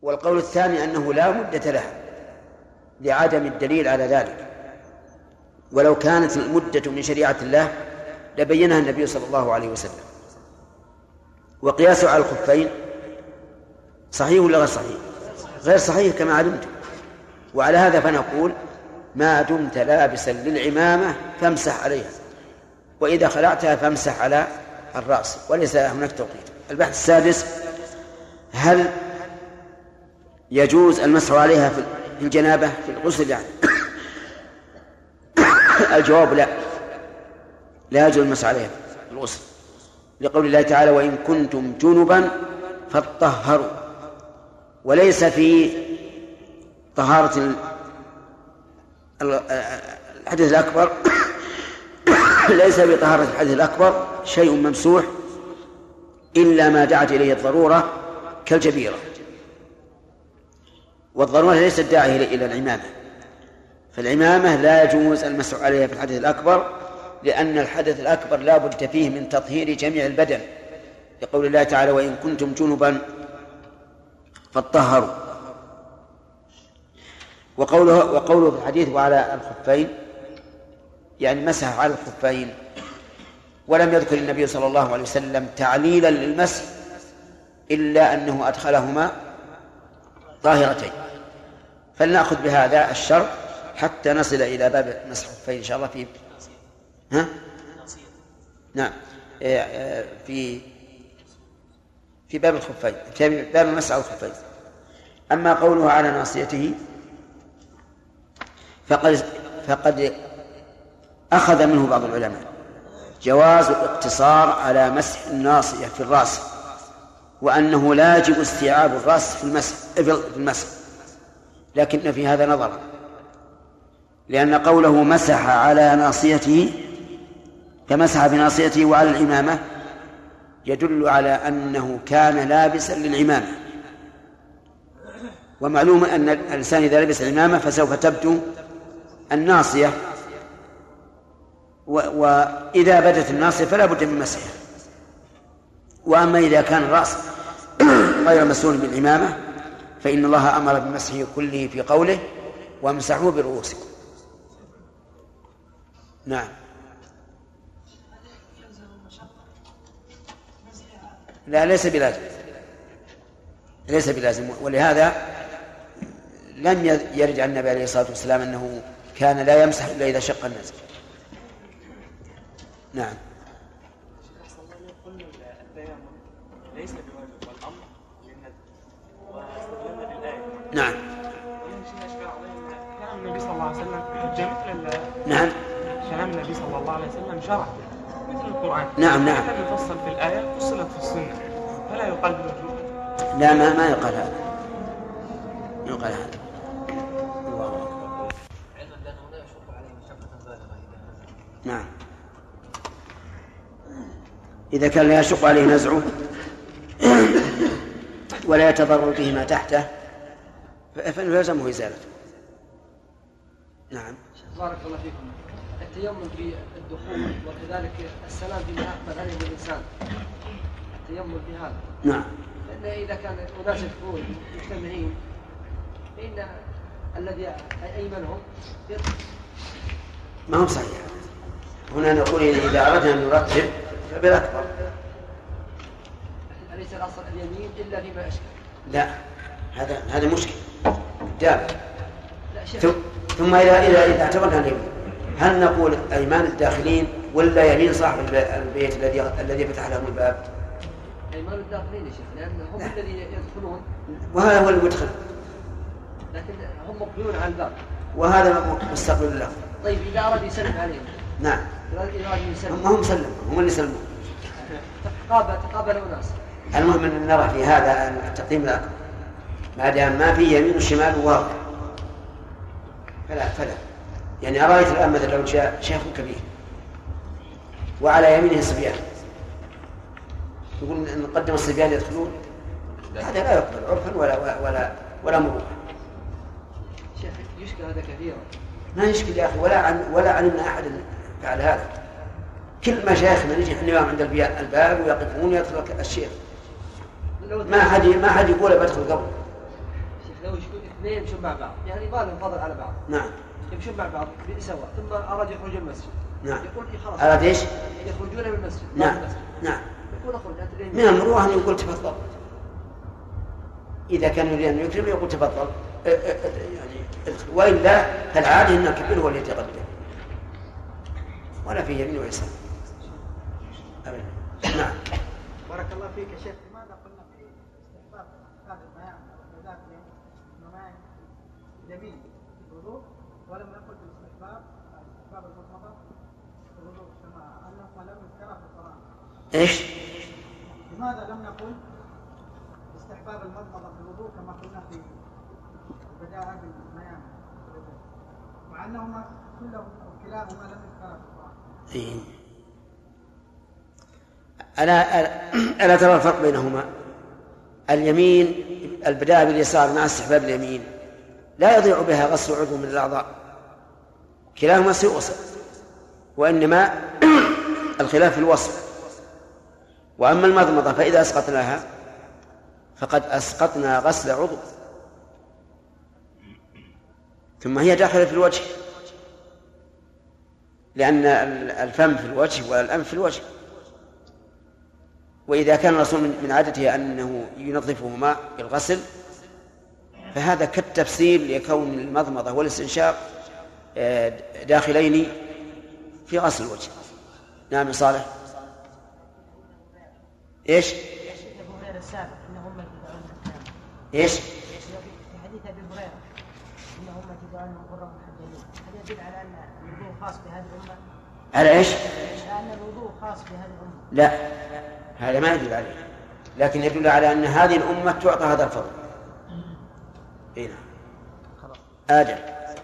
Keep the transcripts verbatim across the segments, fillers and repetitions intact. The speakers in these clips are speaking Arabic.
والقول الثاني أنه لا مدة لها لعدم الدليل على ذلك، ولو كانت المدة من شريعة الله لبينها النبي صلى الله عليه وسلم. وقياسه على الخفين صحيح ولا غير صحيح؟ غير صحيح كما علمت. وعلى هذا فنقول ما دمت لابسا للعمامة فامسح عليها، وإذا خلعتها فامسح على الرأس، وليس هناك توقيت. البحث السادس: هل يجوز المسح عليها في الجنابة في الغسل يعني؟ الجواب لا، لا يجوز المسح عليها في الغسل، لقول الله تعالى: وإن كنتم جنبا فاطهروا. وليس في طهارة الحدث الأكبر ليس في طهارة الحدث الأكبر شيء ممسوح إلا ما دعت إليه الضرورة كالجبيرة، والضرورة ليست داعية إلى العمامة، فالعمامة لا يجوز المسح عليها في الحدث الأكبر، لأن الحدث الأكبر لا بد فيه من تطهير جميع البدن، لقول الله تعالى: وإن كنتم جنبا فاطهروا. وقوله, وقوله في الحديث: وعلى الخفين، يعني مسح على الخفين، ولم يذكر النبي صلى الله عليه وسلم تعليلا للمسح إلا أنه أدخلهما طاهرتين. فلنأخذ بهذا الشرط حتى نصل إلى باب مسح الخفين إن شاء الله في ها؟ نعم في في باب الخفين، في باب مسح الخفين. أما قوله على ناصيته فقد فقد أخذ منه بعض العلماء جواز الاقتصار على مسح الناصية في الرأس، وأنه لا يجب استيعاب الرأس في المسح في المسح لكن في هذا نظر، لأن قوله مسح على ناصيته كمسح بناصيته وعلى العمامة يدل على أنه كان لابسا للعمامة، ومعلوم أن الإنسان إذا لبس العمامة فسوف تبدو الناصية، وإذا بدت الناصية فلا بد من مسحها. وأما إذا كان الرأس غير مسؤول بالعمامة فإن الله أمر بمسحه كله في قوله: وامسحوا برؤوسكم. نعم. لا، ليس بلازم، ليس بلازم. ولهذا لم يرد عن النبي عليه الصلاة والسلام أنه كان لا يمسح إلا إذا شق الناس. نعم. ليس بواجب والأمر للندب، واستدلنا بالآية. نعم. كلام النبي صلى الله عليه وسلم حجة مثل نعم. كلام النبي صلى الله عليه وسلم شرع مثل القرآن. نعم نعم. لم يفصل في الآية فصلت في السنة، فلا يقال بالوجوب. لا، ما ما يقال هذا، يقال هذا. الله أكبر. علما بأنه لا يشق عليه مشقة بالغة. نعم. إذا كان لا يشق عليه نزعه ولا يتضرر به ما تحته فإنه يلزمه إزالته. نعم. بارك الله فيكم. التيمم في الدخول وكذلك السلام فيما أقبل عليه الإنسان، التيمم في هذا. نعم. لأن إذا كان أناس يدخلون مجتمعين فإن الذي أيمنهم يدخل. ما هو صحيح. هنا نقول إذا أردنا أن نرتب فبالأكبر. أليس الأصل اليمين إلا فيما أشكل؟ لا، هذا هذا مشكل دام. ثم إذا إذا إذا اعتبرنا اليمين هل نقول أيمان الداخلين ولا يمين صاحب البيت الذي الذي فتح لهم الباب؟ أيمان الداخلين يا شيخ، لأن هم الذين يدخلون وهذا هو المدخل، لكن هم مقبلون على الباب وهذا مستقبل له. طيب إذا أراد يسلم عليهم. نعم. هم هم سلموا، هم اللي سلموا. تقابل تقابلوا ناس. المهم أن نرى في هذا التقديم الأكبر ما دام ما في يمين وشمال واضح، فلا فلا يعني أرأيت الآن مثلا لو جاء شيخ كبير وعلى يمينه صبيان يقول نقدم الصبيان يدخلون، هذا لا يقبل عرفا ولا ولا ولا مروءة. شيخ يشكل هذا كثيرا. ما يشكل يا أخي، ولا عن ولا علمنا أحد فعل هذا. كل مشايخنا نجي احنا عند الباب ويقفون يدخل الشيخ، ما حد ما حد يقول بدخل قبل. لو يشكون اثنين يمشون مع بعض يعني ما لهم فضل على بعض. نعم. يمشون مع بعض سوا ثم أراد يخرجون من المسجد. نعم. يقول إيه خلاص. أراد إيش؟ يخرجون من المسجد. نعم. المسجد. نعم. يقول أخرج أنت اليمين. من المروءة أن يقول تفضل. إذا كان يريد أن يكرم يقول تفضل. يعني وإلا فالعادة أن الكبير هو اللي يتقدم. ولا في يمين ويسار. أبدا. نعم. بارك الله فيك يا شيخ. لماذا قلنا في استحباب هذا المياه والبلدات الماء جميل في الوضوء ولم نقل بالاستحباب استحباب المضمضة في الوضوء كما أنه لم يذكر في القرآن؟ إيش؟ لماذا لم نقل استحباب المضمضة في الوضوء كما قلنا في البداء بالمياه مع أنهما كلهم أو كلاهما لم يذكر في القرآن؟ إيه. ألا ألا ترى الفرق بينهما؟ اليمين البداء باليسار مع استحباب اليمين لا يضيع بها غسل عضو من الأعضاء، كلاهما سيغسل، وإنما الخلاف في الوصف. وأما المضمضة فإذا أسقطناها فقد أسقطنا غسل عضو، ثم هي داخلة في الوجه، لأن الفم في الوجه والأنف في الوجه. وإذا كان الرسول من عادته أنه ينظفهما بالغسل فهذا كالتفسير لكون المضمضة والاستنشاق داخلين في غسل الوجه. نعم صالح. إيش؟ أبو هريرة السابق إنهم يتبعون الكلام. إيش؟ في حديث أبي هريرة إنهم يتبعون القرى المحجلين، هذا يدل على أن الوضوء خاص بهذه الأمة. على إيش؟ على أن الوضوء خاص بهذه الأمة. لا، هذا ما يدل عليه، لكن يدل على أن هذه الأمة تعطى هذا الفضل. إيه نعم. آدم.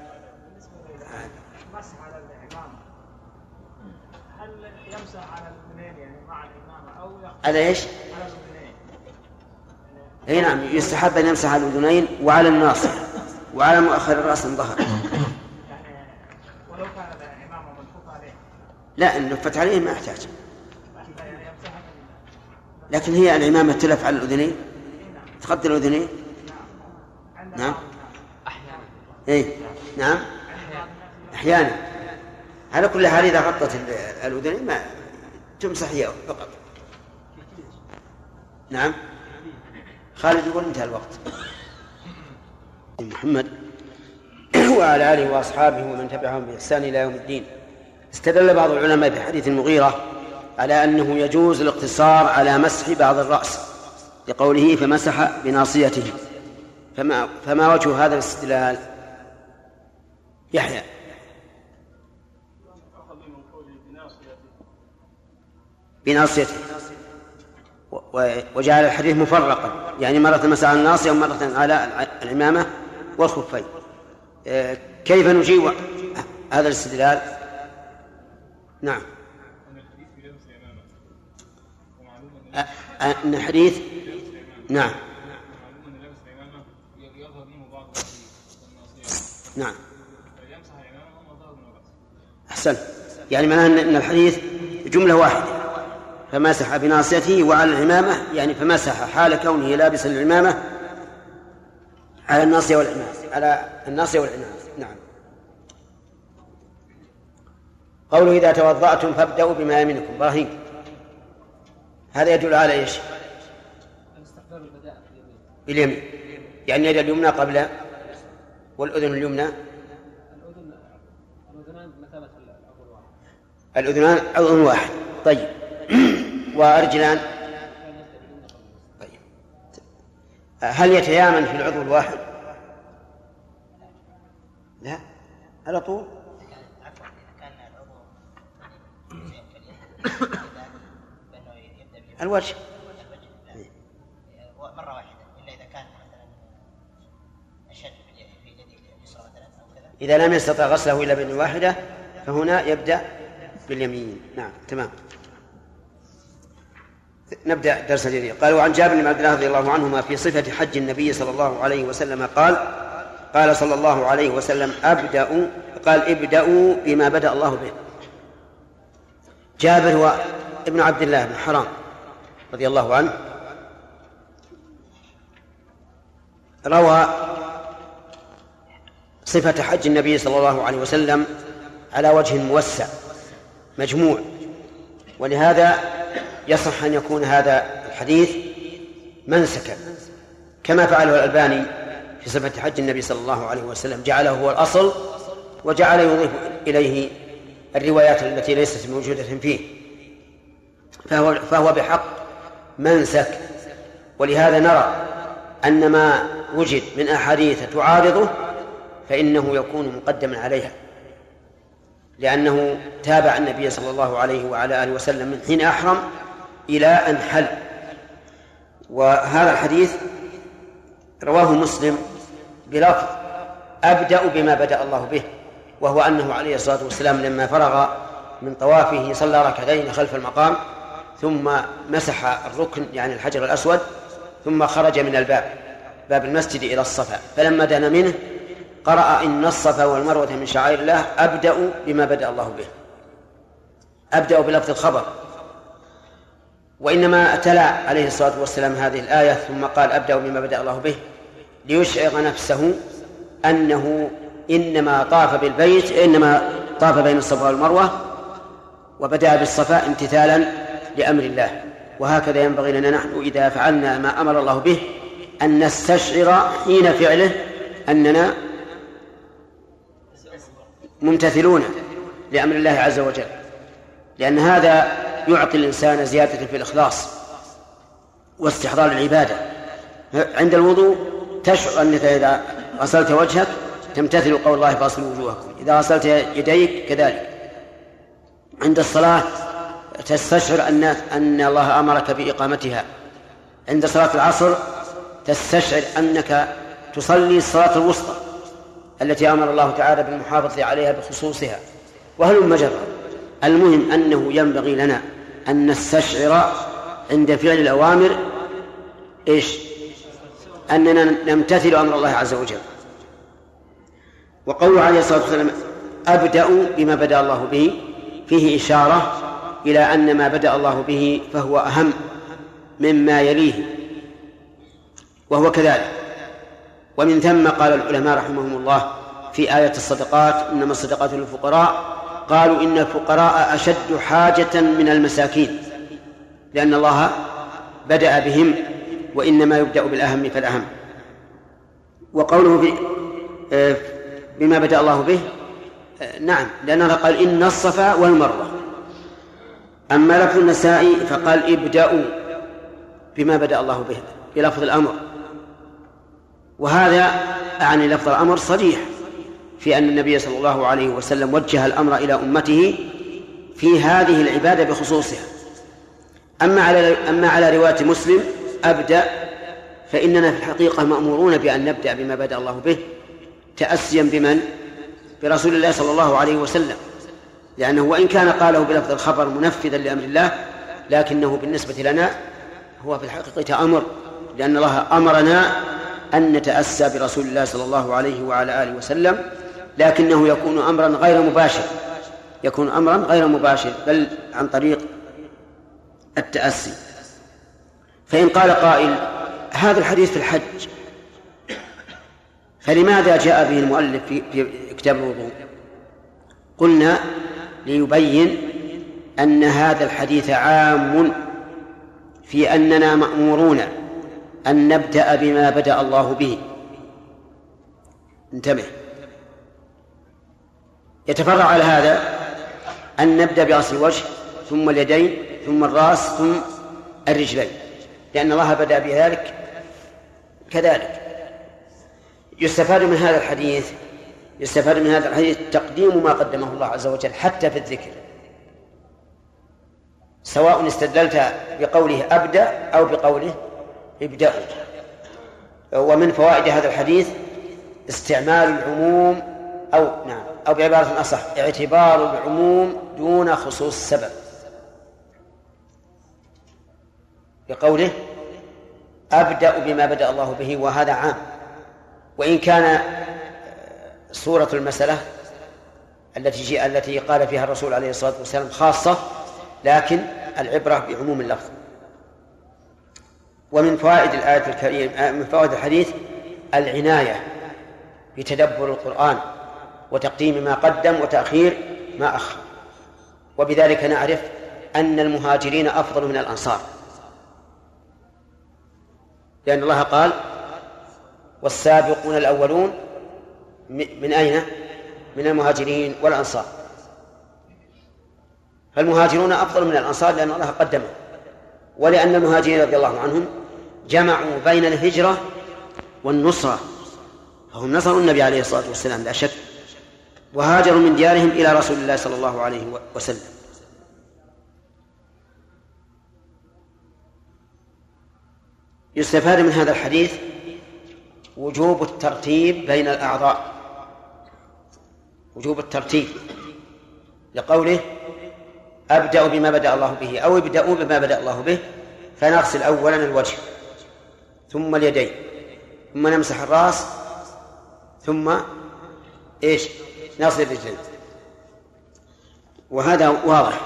مسح على الإمامة، هل يمسح على الاثنين يعني مع الإمامة أو يخطئ على إيش؟ على الاثنين؟ أي نعم، يستحب أن يمسح على الأذنين وعلى الناصية وعلى مؤخر الرأس من ظهر. يعني ولو كان الإمامة منفوخ عليه. لا، إن نفت عليه ما يحتاج. لكن هي العمامة تلف على الأذنين، تغطي الأذنين. نعم. إيه نعم. أحيانا. على كل حال إذا غطت الأذنين ما تمسح هي فقط. نعم. خالد يقول انتهى الوقت. محمد وعلى آله وأصحابه ومن تبعهم بإحسان إلى يوم الدين. استدل بعض العلماء بحديث المغيرة على أنه يجوز الاقتصار على مسح بعض الرأس لقوله فمسح بناصيته. فما, فما وجه هذا الاستدلال؟ يحيى. بناصيته، وجعل الحديث مفرقا، يعني مرة مسح على الناصية ومرة على العمامة والخفين. كيف نجيب هذا الاستدلال؟ نعم. أن الحديث نعم نعم أحسن، يعني معناه أن الحديث جملة واحدة، فمسح بناصيته وعلى العمامة، يعني فمسح حال كونه لابس العمامة على الناصية والعمامة على الناصية والعمامة. نعم. قوله إذا توضأتم فابدأوا بما يمينكم. إبراهيم، هذا يدل على إيش؟ استحباب البداء باليمين، يعني يد اليمنى قبل والأذن اليمنى. الأذن الأذنان مثابة العضو الواحد. الأذنان عضو واحد. طيب. وأرجلان. طيب. هل يتيامن في العضو الواحد؟ لا، على طول. الوجه مرة واحدة، إلا إذا كان مثلا أشد في يده اليسرى مثلا أو كذا. إذا لم يستطع غسله إلا بيد واحدة فهنا يبدأ باليمين. نعم تمام. نبدأ درس اليمين. قالوا عن جابر بن عبد الله رضي الله عنهما في صفة حج النبي صلى الله عليه وسلم قال قال صلى الله عليه وسلم أبدأ قال ابدأوا بما بدأ الله به. جابر هو ابن عبد الله بن حرام رضي الله عنه، روى صفة حج النبي صلى الله عليه وسلم على وجه موسع مجموع، ولهذا يصح أن يكون هذا الحديث منسكا كما فعله الألباني في صفة حج النبي صلى الله عليه وسلم، جعله هو الأصل وجعل يضيف إليه الروايات التي ليست موجودة فيه، فهو, فهو بحق منسك. ولهذا نرى أن ما وجد من أحاديث تعارضه فإنه يكون مقدما عليها، لأنه تابع النبي صلى الله عليه وعلى آله وسلم من حين أحرم إلى أن حل. وهذا الحديث رواه مسلم بلفظ أبدأ بما بدأ الله به، وهو أنه عليه الصلاة والسلام لما فرغ من طوافه صلى ركعتين خلف المقام ثم مسح الركن يعني الحجر الأسود ثم خرج من الباب باب المسجد إلى الصفا، فلما دنا منه قرأ إن الصفا والمروة من شعائر الله أبدأ بما بدأ الله به، أبدأ بلفظ الخبر. وإنما تلا عليه الصلاة والسلام هذه الآية ثم قال أبدأ بما بدأ الله به ليشعر نفسه أنه إنما طاف بالبيت إنما طاف بين الصفا والمروة وبدأ بالصفا امتثالا لأمر الله. وهكذا ينبغي لنا نحن إذا فعلنا ما أمر الله به أن نستشعر حين فعله أننا ممتثلون لأمر الله عز وجل، لأن هذا يعطي الإنسان زيادة في الإخلاص واستحضار العبادة. عند الوضوء تشعر أنك إذا غسلت وجهك تمتثل قول الله فاصلوا وجوهكم، إذا غسلت يديك كذلك. عند الصلاة تستشعر أن أن الله أمرك بإقامتها. عند صلاة العصر تستشعر أنك تصلي الصلاة الوسطى التي أمر الله تعالى بالمحافظة عليها بخصوصها، وهل مجرى. المهم أنه ينبغي لنا أن نستشعر عند فعل الأوامر إيش؟ أننا نمتثل أمر الله عز وجل. وقوله عليه الصلاة والسلام أبدأ بما بدأ الله به فيه إشارة إلى أن ما بدأ الله به فهو أهم مما يليه، وهو كذلك. ومن ثم قال العلماء رحمهم الله في آية الصدقات إنما الصدقات للفقراء، قالوا إن الفقراء أشد حاجة من المساكين، لأن الله بدأ بهم وإنما يبدأ بالأهم فالأهم. وقوله بما بدأ الله به نعم، لأنه قال إن الصفا والمروة. أما لفظ النسائي فقال ابدأوا بما بدأ الله به بلفظ الأمر، وهذا أعني لفظ الأمر صريح في أن النبي صلى الله عليه وسلم وجه الأمر إلى أمته في هذه العبادة بخصوصها. أما على أما على رواية مسلم أبدأ فإننا في الحقيقة مأمورون بأن نبدأ بما بدأ الله به تأسيا بمن؟ برسول الله صلى الله عليه وسلم، لأنه وإن كان قاله بلفظ الخبر منفذا لأمر الله لكنه بالنسبة لنا هو في الحقيقة أمر، لأن الله أمرنا أن نتأسى برسول الله صلى الله عليه وعلى آله وسلم، لكنه يكون أمرا غير مباشر، يكون أمرا غير مباشر بل عن طريق التأسي. فإن قال قائل هذا الحديث في الحج فلماذا جاء به المؤلف في كتاب الوضوء؟ قلنا ليبين أن هذا الحديث عام في أننا مأمورون أن نبدأ بما بدأ الله به. انتبه، يتفرع على هذا أن نبدأ بأصل الوجه ثم اليدين ثم الرأس ثم الرجلين، لأن الله بدأ بذلك كذلك. يستفاد من هذا الحديث يستفاد من هذا الحديث تقديم ما قدمه الله عز وجل حتى في الذكر، سواء استدلت بقوله أبدأ أو بقوله ابدأوا. ومن فوائد هذا الحديث استعمال العموم أو نعم أو بعبارة أصح اعتبار العموم دون خصوص السبب، بقوله أبدأ بما بدأ الله به، وهذا عام. وإن كان صورة المسألة التي جاء التي قال فيها الرسول عليه الصلاة والسلام خاصة، لكن العبرة بعموم اللفظ. ومن فوائد الآية الكريمة من فوائد الحديث العناية بتدبر القرآن وتقديم ما قدم وتأخير ما أخر. وبذلك نعرف أن المهاجرين أفضل من الأنصار، لأن الله قال والسابقون الأولون من أين؟ من المهاجرين والأنصار. فالمهاجرون أفضل من الأنصار لأن الله قدمه، ولأن المهاجرين رضي الله عنهم جمعوا بين الهجرة والنصرة، فهم نصروا النبي عليه الصلاة والسلام لا شك، وهاجروا من ديارهم إلى رسول الله صلى الله عليه وسلم. يستفاد من هذا الحديث وجوب الترتيب بين الأعضاء، وجوب الترتيب لقوله أبدأ بما بدأ الله به، أو ابدأوا بما بدأ الله به، فنغسل أولا الوجه ثم اليدين ثم نمسح الرأس ثم إيش نغسل الرجلين، وهذا واضح.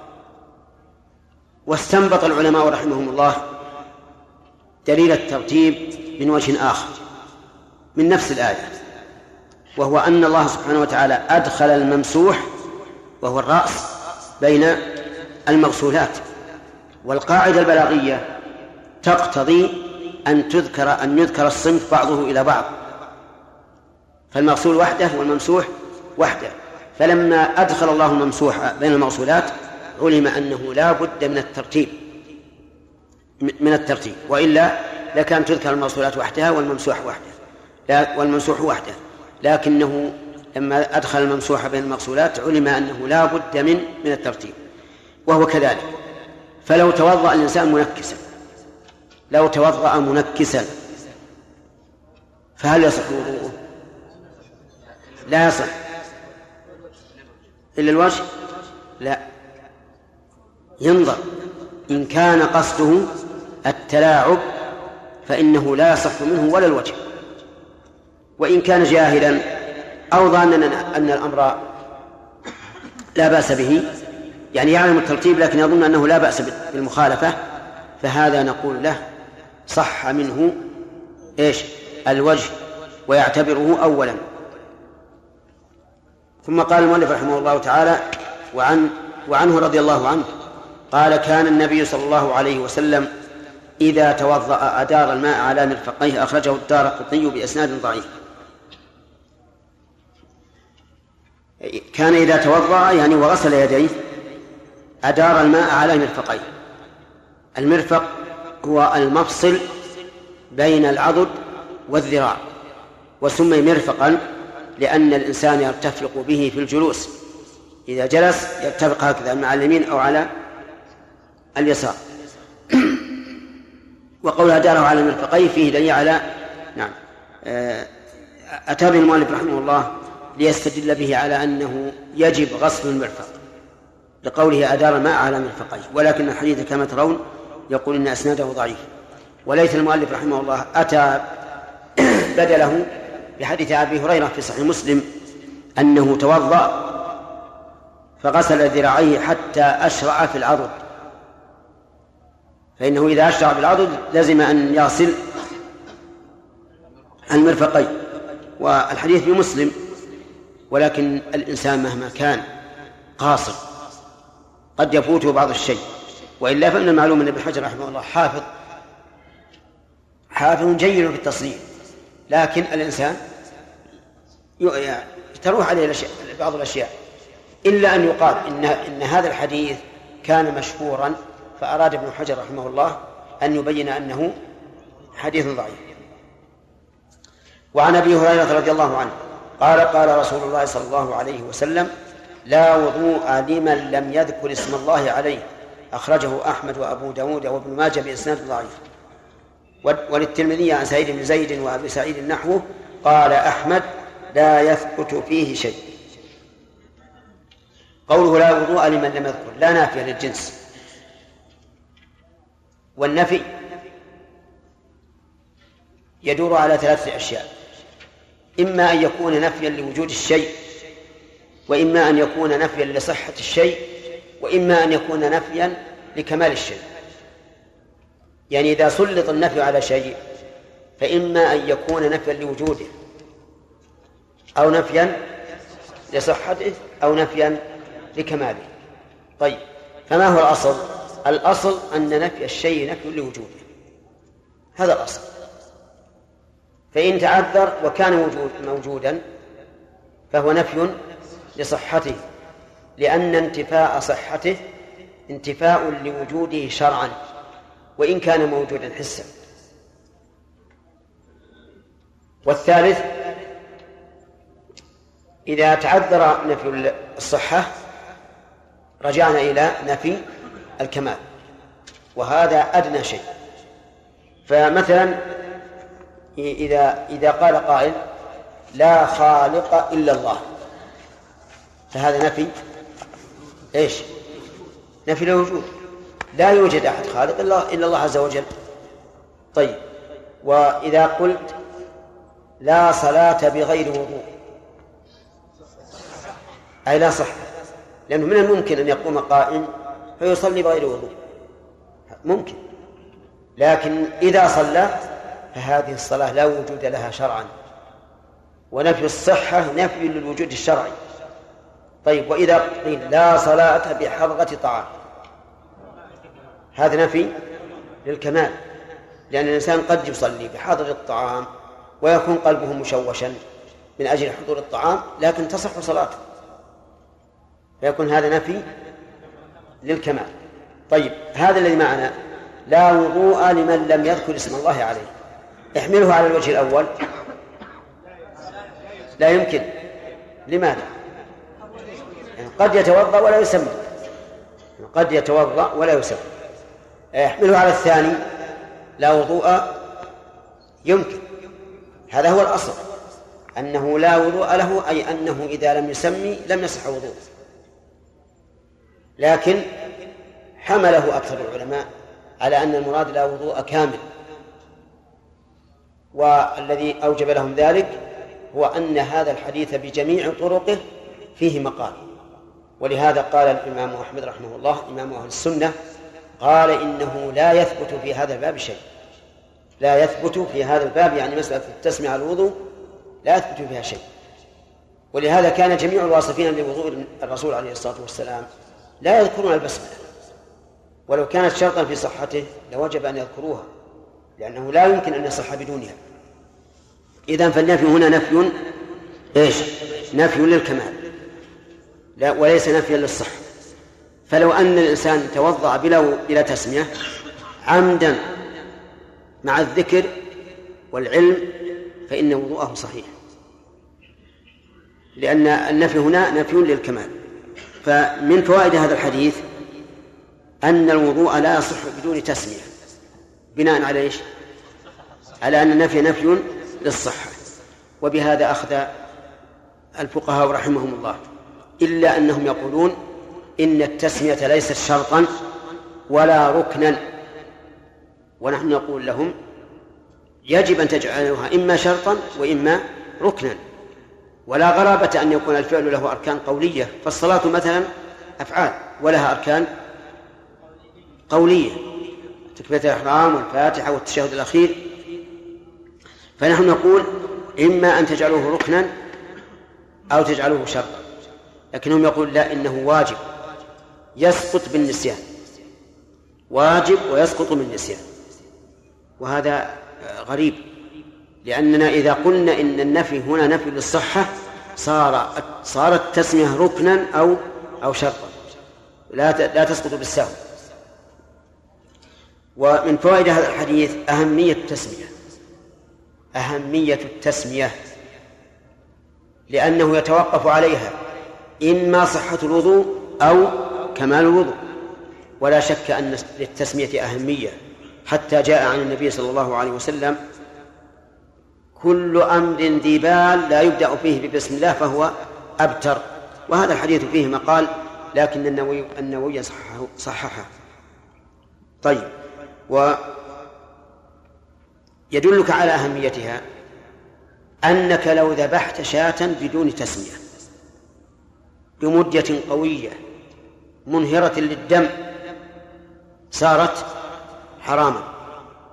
واستنبط العلماء رحمهم الله دليل الترتيب من وجه آخر من نفس الآية، وهو أن الله سبحانه وتعالى أدخل الممسوح وهو الرأس بين المغسولات، والقاعدة البلاغية تقتضي أن تذكر أن يذكر الصنف بعضه إلى بعض، فالمغسول وحده والممسوح وحده، فلما أدخل الله الممسوح بين المغسولات علم أنه لا بد من الترتيب من الترتيب وإلا لكان تذكر المغسولات وحدها والممسوح وحده لا والممسوح وحده، لكنه لما أدخل الممسوح بين المغسولات علم أنه لا بد من من الترتيب، وهو كذلك. فلو توضأ الإنسان منكسا لو توضأ منكسا فهل يصح وضوءه؟ لا يصح إلا الوجه، لا، ينظر إن كان قصده التلاعب فإنه لا يصح منه ولا الوجه، وإن كان جاهلا أو ظانا أن الأمر لا بأس به، يعني يعلم الترتيب لكن يظن أنه لا بأس بالمخالفة، فهذا نقول له صح منه إيش الوجه ويعتبره أولا. ثم قال المؤلف رحمه الله تعالى وعن وعنه رضي الله عنه قال كان النبي صلى الله عليه وسلم إذا توضأ أدار الماء على مرفقيه، أخرجه الدارقطني بإسناد ضعيف. كان إذا توضأ يعني وغسل يديه أدار الماء على مرفقيه. المرفق هو المفصل بين العضد والذراع، وسمي مرفقا لأن الإنسان يرتفق به في الجلوس، إذا جلس يرتفق هكذا مع اليمين أو على اليسار. وقول أداره على مرفقيه فيه دليل على نعم أتى به المؤلف رحمه الله ليستدل به على أنه يجب غسل المرفق لقوله أدار الماء على مرفقيه، ولكن الحديث كما ترون يقول إن أسناده ضعيف. وليس المؤلف رحمه الله أتى بدله بحديث أبي هريرة في صحيح مسلم أنه توضأ فغسل ذراعيه حتى أشرع في العضد، فإنه إذا أشرع بالعضد لازم أن يغسل المرفقين، والحديث بمسلم. ولكن الإنسان مهما كان قاصر قد يفوته بعض الشيء، وإلا فإن المعلوم أن ابن حجر رحمه الله حافظ حافظ جيد في التصنيف، لكن الإنسان تروح عليه بعض الأشياء، إلا أن يقال إن, إن هذا الحديث كان مشهورا، فأراد ابن حجر رحمه الله أن يبين أنه حديث ضعيف. وعن أبي هريرة رضي الله عنه قال قال رسول الله صلى الله عليه وسلم لا وضوء لمن لم يذكر اسم الله عليه، أخرجه أحمد وأبو داود وابن ماجه بإسناد ضعيف. وللترمذي عن سعيد بن زيد وأبي سعيد نحوه قال أحمد لا يثبت فيه شيء. قوله لا وضوء لمن لم يذكر لا نافية للجنس، والنفي يدور على ثلاثة أشياء: إما أن يكون نفيا لوجود الشيء، وإما أن يكون نفيا لصحة الشيء، وإما أن يكون نفيا لكمال الشيء. يعني إذا سلط النفي على شيء فإما أن يكون نفيا لوجوده أو نفيا لصحته أو نفيا لكماله. طيب، فما هو الأصل؟ الأصل أن نفي الشيء نفي لوجوده، هذا الأصل. فإن تعذر وكان وجود موجودا فهو نفي لصحته، لأن انتفاء صحته انتفاء لوجوده شرعا وإن كان موجودا حسا. والثالث إذا تعذر نفي الصحة رجعنا إلى نفي الكمال، وهذا أدنى شيء. فمثلا إذا إذا قال قائل لا خالق إلا الله، فهذا نفي إيش؟ نفي الوجود، لا يوجد أحد خالق إلا الله عز وجل. طيب، وإذا قلت لا صلاة بغير وضوء أي لا صح، لأنه من الممكن أن يقوم قائم فيصلي بغير وضوء، ممكن، لكن إذا صلى فهذه الصلاة لا وجود لها شرعا، ونفي الصحة نفي للوجود الشرعي. طيب، وإذا قيل لا صلاة بحضرة طعام، هذا نفي للكمال، لأن الإنسان قد يصلي بحضرة الطعام ويكون قلبه مشوشا من أجل حضور الطعام لكن تصح صلاته، فيكون هذا نفي للكمال. طيب، هذا الذي معنا لا وضوء لمن لم يذكر اسم الله عليه، احمله على الوجه الأول لا يمكن. لماذا؟ يعني قد يتوضأ ولا يسمى، قد يتوضأ ولا يسمى. احمله على الثاني لا وضوء يمكن، هذا هو الأصل، أنه لا وضوء له، أي أنه إذا لم يسمي لم يصح وضوء. لكن حمله أكثر العلماء على أن المراد لا وضوء كامل، والذي أوجب لهم ذلك هو أن هذا الحديث بجميع طرقه فيه مقال. ولهذا قال الإمام أحمد رحمه الله إمام أهل السنة، قال إنه لا يثبت في هذا الباب شيء، لا يثبت في هذا الباب، يعني مسألة التسمية على الوضوء لا يثبت فيها شيء. ولهذا كان جميع الواصفين لوضوء الرسول عليه الصلاة والسلام لا يذكرون البسملة، ولو كانت شرطا في صحته لوجب أن يذكروها، لأنه لا يمكن أن يصح بدونها. إذن فالنفي هنا نفي إيش؟ نفي للكمال لا وليس نفيا للصحة. فلو أن الإنسان توضأ بلا بلا تسمية عمدا مع الذكر والعلم فإن وضوءه صحيح، لأن النفي هنا نفي للكمال. فمن فوائد هذا الحديث أن الوضوء لا يصح بدون تسمية، بناء على إيش؟ على أن النفي نفي للصحة. وبهذا أخذ الفقهاء رحمهم الله، إلا أنهم يقولون إن التسمية ليست شرطا ولا ركنا، ونحن نقول لهم يجب أن تجعلوها إما شرطا وإما ركنا، ولا غرابة أن يكون الفعل له أركان قولية، فالصلاة مثلا أفعال ولها أركان قولية، تكبيرة الإحرام والفاتحة والتشهد الأخير. فنحن نقول إما أن تجعلوه ركنا أو تجعلوه شرطا، لكنهم يقول لا، إنه واجب يسقط بالنسيان، واجب ويسقط بالنسيان، وهذا غريب، لأننا إذا قلنا إن النفي هنا نفي للصحة صار صارت التسمية ركنا أو أو شرطا، لا لا تسقط بالسهو. ومن فوائد هذا الحديث أهمية التسمية، أهمية التسمية لأنه يتوقف عليها إما صحة الوضوء أو كمال الوضوء. ولا شك أن للتسمية أهمية، حتى جاء عن النبي صلى الله عليه وسلم كل أمر ذي بال لا يبدأ فيه ببسم الله فهو أبتر، وهذا الحديث فيه مقال لكن النووي النووي صححه, صححه. طيب، ويدلك على أهميتها أنك لو ذبحت شاة بدون تسمية بمدة قوية منهرة للدم صارت حراما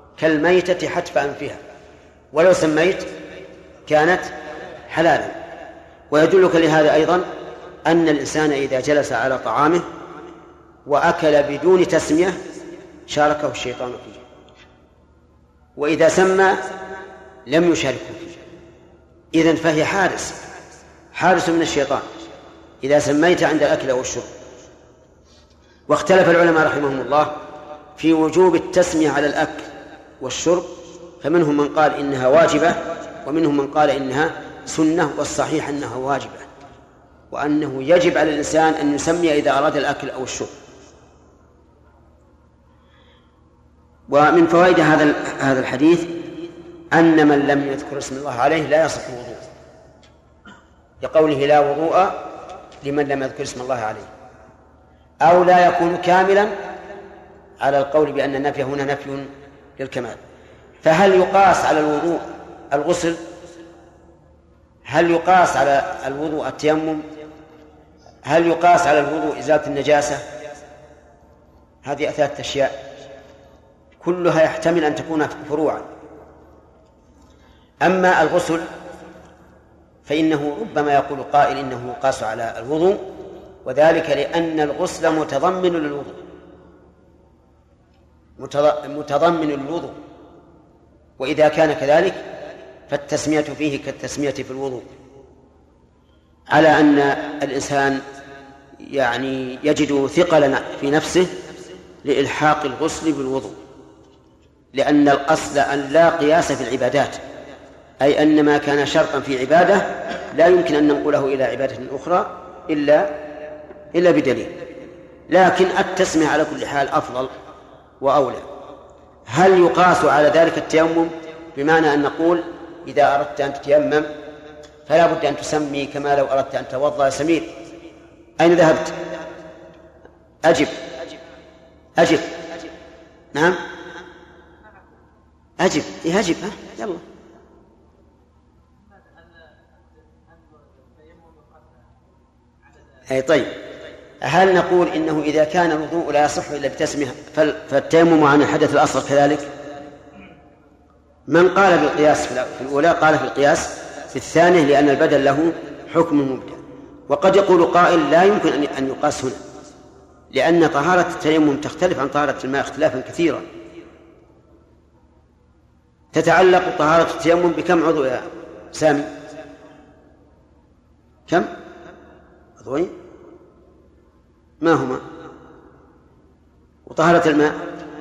كالميتة حتف أنفها، ولو سميت كانت حلالا. ويدلك لهذا أيضا أن الإنسان إذا جلس على طعامه وأكل بدون تسمية شاركه الشيطان فيه، وإذا سمى لم يشاركه فيه. إذن فهي حارس حارس من الشيطان إذا سميت عند الأكل أو الشرب. واختلف العلماء رحمهم الله في وجوب التسمية على الأكل والشرب، فمنهم من قال إنها واجبة ومنهم من قال إنها سنة، والصحيح أنها واجبة، وأنه يجب على الإنسان أن يسمي إذا أراد الأكل أو الشرب. ومن فوائد هذا هذا الحديث أن من لم يذكر اسم الله عليه لا يصح وضوء، لقوله لا وضوء لمن لم يذكر اسم الله عليه، أو لا يكون كاملا على القول بأن النفي هنا نفي للكمال. فهل يقاس على الوضوء الغسل؟ هل يقاس على الوضوء التيمم؟ هل يقاس على الوضوء إزالة النجاسة؟ هذه ثلاثة أشياء كلها يحتمل أن تكون فروعا. أما الغسل فإنه ربما يقول قائل إنه يقاس على الوضوء، وذلك لأن الغسل متضمن للوضوء متضمن للوضوء، وإذا كان كذلك فالتسمية فيه كالتسمية في الوضوء، على أن الإنسان يعني يجد ثقلا في نفسه لإلحاق الغسل بالوضوء، لأن الأصل أن لا قياس في العبادات، أي أن ما كان شرطا في عبادة لا يمكن أن ننقله إلى عبادة أخرى إلا إلا بدليل. لكن التسمية على كل حال أفضل وأولى. هل يقاس على ذلك التيمم؟ بمعنى أن نقول إذا أردت أن تتيمم فلا بد أن تسمي كما لو أردت أن توضأ. سمير أين ذهبت؟ أجب أجب نعم أجب أجب ها يلا. أي طيب، هل نقول إنه إذا كان الوضوء لا يصح إلا بتسمية فالتيمم عن الحدث الأصغر كذلك؟ من قال بالقياس في الأولى قال في القياس في الثانية، لأن البدل له حكم مبدأ. وقد يقول قائل لا يمكن أن يقاس هنا، لأن طهارة التيمم تختلف عن طهارة الماء اختلافا كثيرا. تتعلق طهارة التيمم بكم عضو يا سامي؟ كم عضوين؟ ما هما؟ وطهارة الماء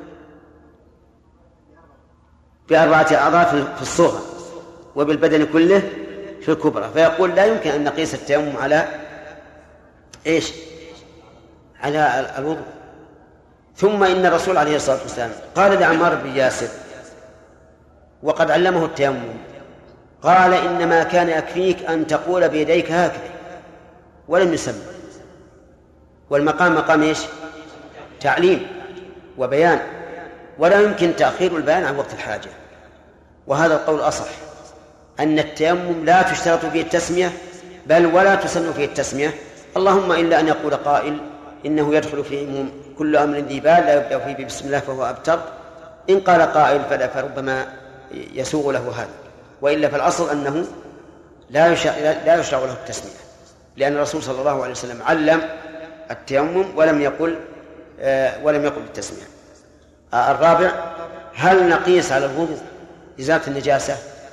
بأربعة أعضاء في الصغرى وبالبدن كله في الكبرى. فيقول لا يمكن أن نقيس التيمم على إيش؟ على الوضوء. ثم إن الرسول عليه الصلاة والسلام قال لعمار بن ياسر وقد علمه التيمم، قال إنما كان يكفيك أن تقول بيديك هكذا، ولم يسمى. والمقام مقام إيش؟ تعليم وبيان، ولا يمكن تأخير البيان عن وقت الحاجة. وهذا القول أصح، أن التيمم لا تشترط فيه التسمية، بل ولا تسن فيه التسمية، اللهم إلا أن يقول قائل إنه يدخل فيه كل أمر ذي بال لا يبدأ فيه بسم الله فهو أبتر. إن قال قائل فلا فربما يسوغ له هذا، وإلا فالأصل أنه لا يشرع, لا يشرع له التسمية، لأن الرسول صلى الله عليه وسلم علم التيمم ولم يقل آه ولم يقل بالتسمية. آه الرابع، هل نقيس على الوضوء إزالة النجاسة؟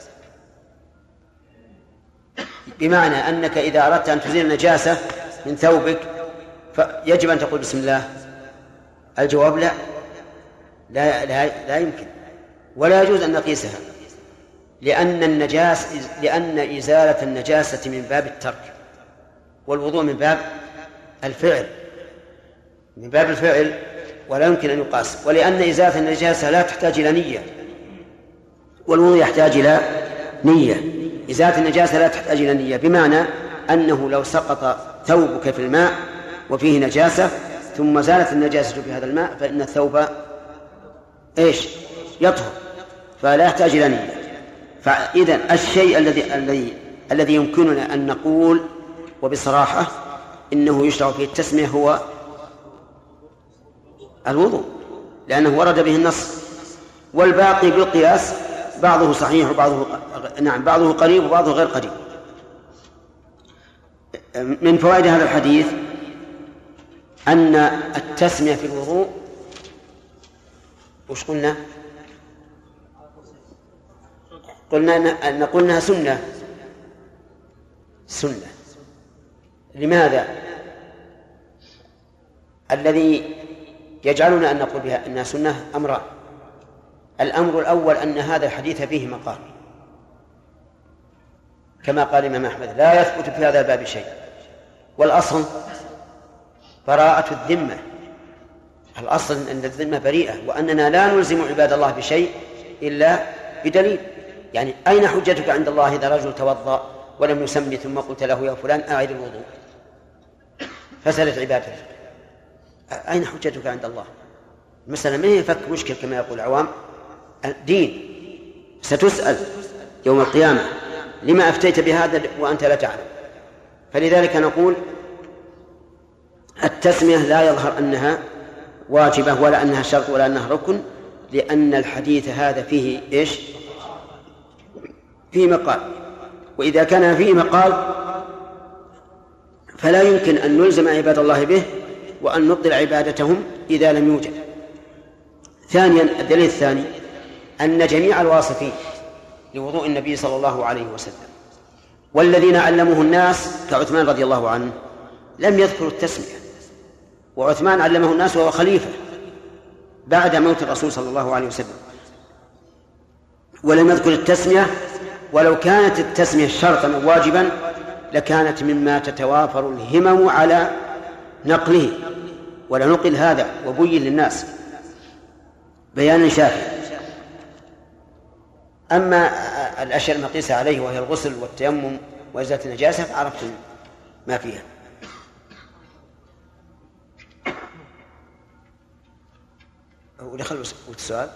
بمعنى أنك إذا أردت أن تزيل النجاسة من ثوبك فيجب أن تقول بسم الله. الجواب لا لا, لا, لا يمكن ولا يجوز أن نقيسها، لأن النجاس لأن إزالة النجاسة من باب الترك، والوضوء من باب الفعل من باب الفعل ولا يمكن أن يقاس. ولأن إزالة النجاسة لا تحتاج إلى نية، والوضوء يحتاج إلى نية. إزالة النجاسة لا تحتاج إلى نية، بمعنى أنه لو سقط ثوبك في الماء وفيه نجاسة ثم زالت النجاسة في هذا الماء فإن الثوب إيش؟ يطهر، فلا يحتاج إلى نية. فإذن الشيء الذي الذي الذي يمكننا أن نقول وبصراحة إنه يشرع فيه التسمية هو الوضوء، لأنه ورد به النص، والباقي بالقياس بعضه صحيح وبعضه نعم بعضه قريب وبعضه غير قريب. من فوائد هذا الحديث أن التسمية في الوضوء وش قلنا؟ قلنا أن قلنا سنة سنة. لماذا؟ الذي يجعلنا أن نقول بها أنها سنة أمران. الأمر الأول أن هذا الحديث فيه مقال، كما قال الإمام أحمد لا يثبت في هذا الباب شيء، والأصل براءة الذمة. الأصل أن الذمة بريئة، وأننا لا نلزم عباد الله بشيء إلا بدليل. يعني أين حجتك عند الله إذا رجل توضأ ولم يسمي ثم قلت له يا فلان أعد الوضوء فسدت عبادته؟ أين حجتك عند الله؟ مثلا ما يفك مشكل كما يقول العوام، دين ستسأل يوم القيامة لما أفتيت بهذا وأنت لا تعلم. فلذلك نقول التسمية لا يظهر أنها واجبة ولا أنها شرط ولا أنها ركن، لأن الحديث هذا فيه إيش؟ فيه مقال، وإذا كان فيه مقال فلا يمكن أن نلزم عباد الله به وأن نبطل عبادتهم إذا لم يوجد. ثانيا، الدليل الثاني أن جميع الواصفين لوضوء النبي صلى الله عليه وسلم والذين علموه الناس كعثمان رضي الله عنه لم يذكروا التسمية، وعثمان علمه الناس وهو خليفة بعد موت الرسول صلى الله عليه وسلم، ولم يذكر التسمية. ولو كانت التسمية شرطا واجبا لكانت مما تتوافر الهمم على نقله، ولنقل هذا وبين للناس بيانا شافيا. أما الأشياء المقيسة عليه وهي الغسل والتيمم وإزالة النجاسة فعرفتم ما فيها. ودخل السؤال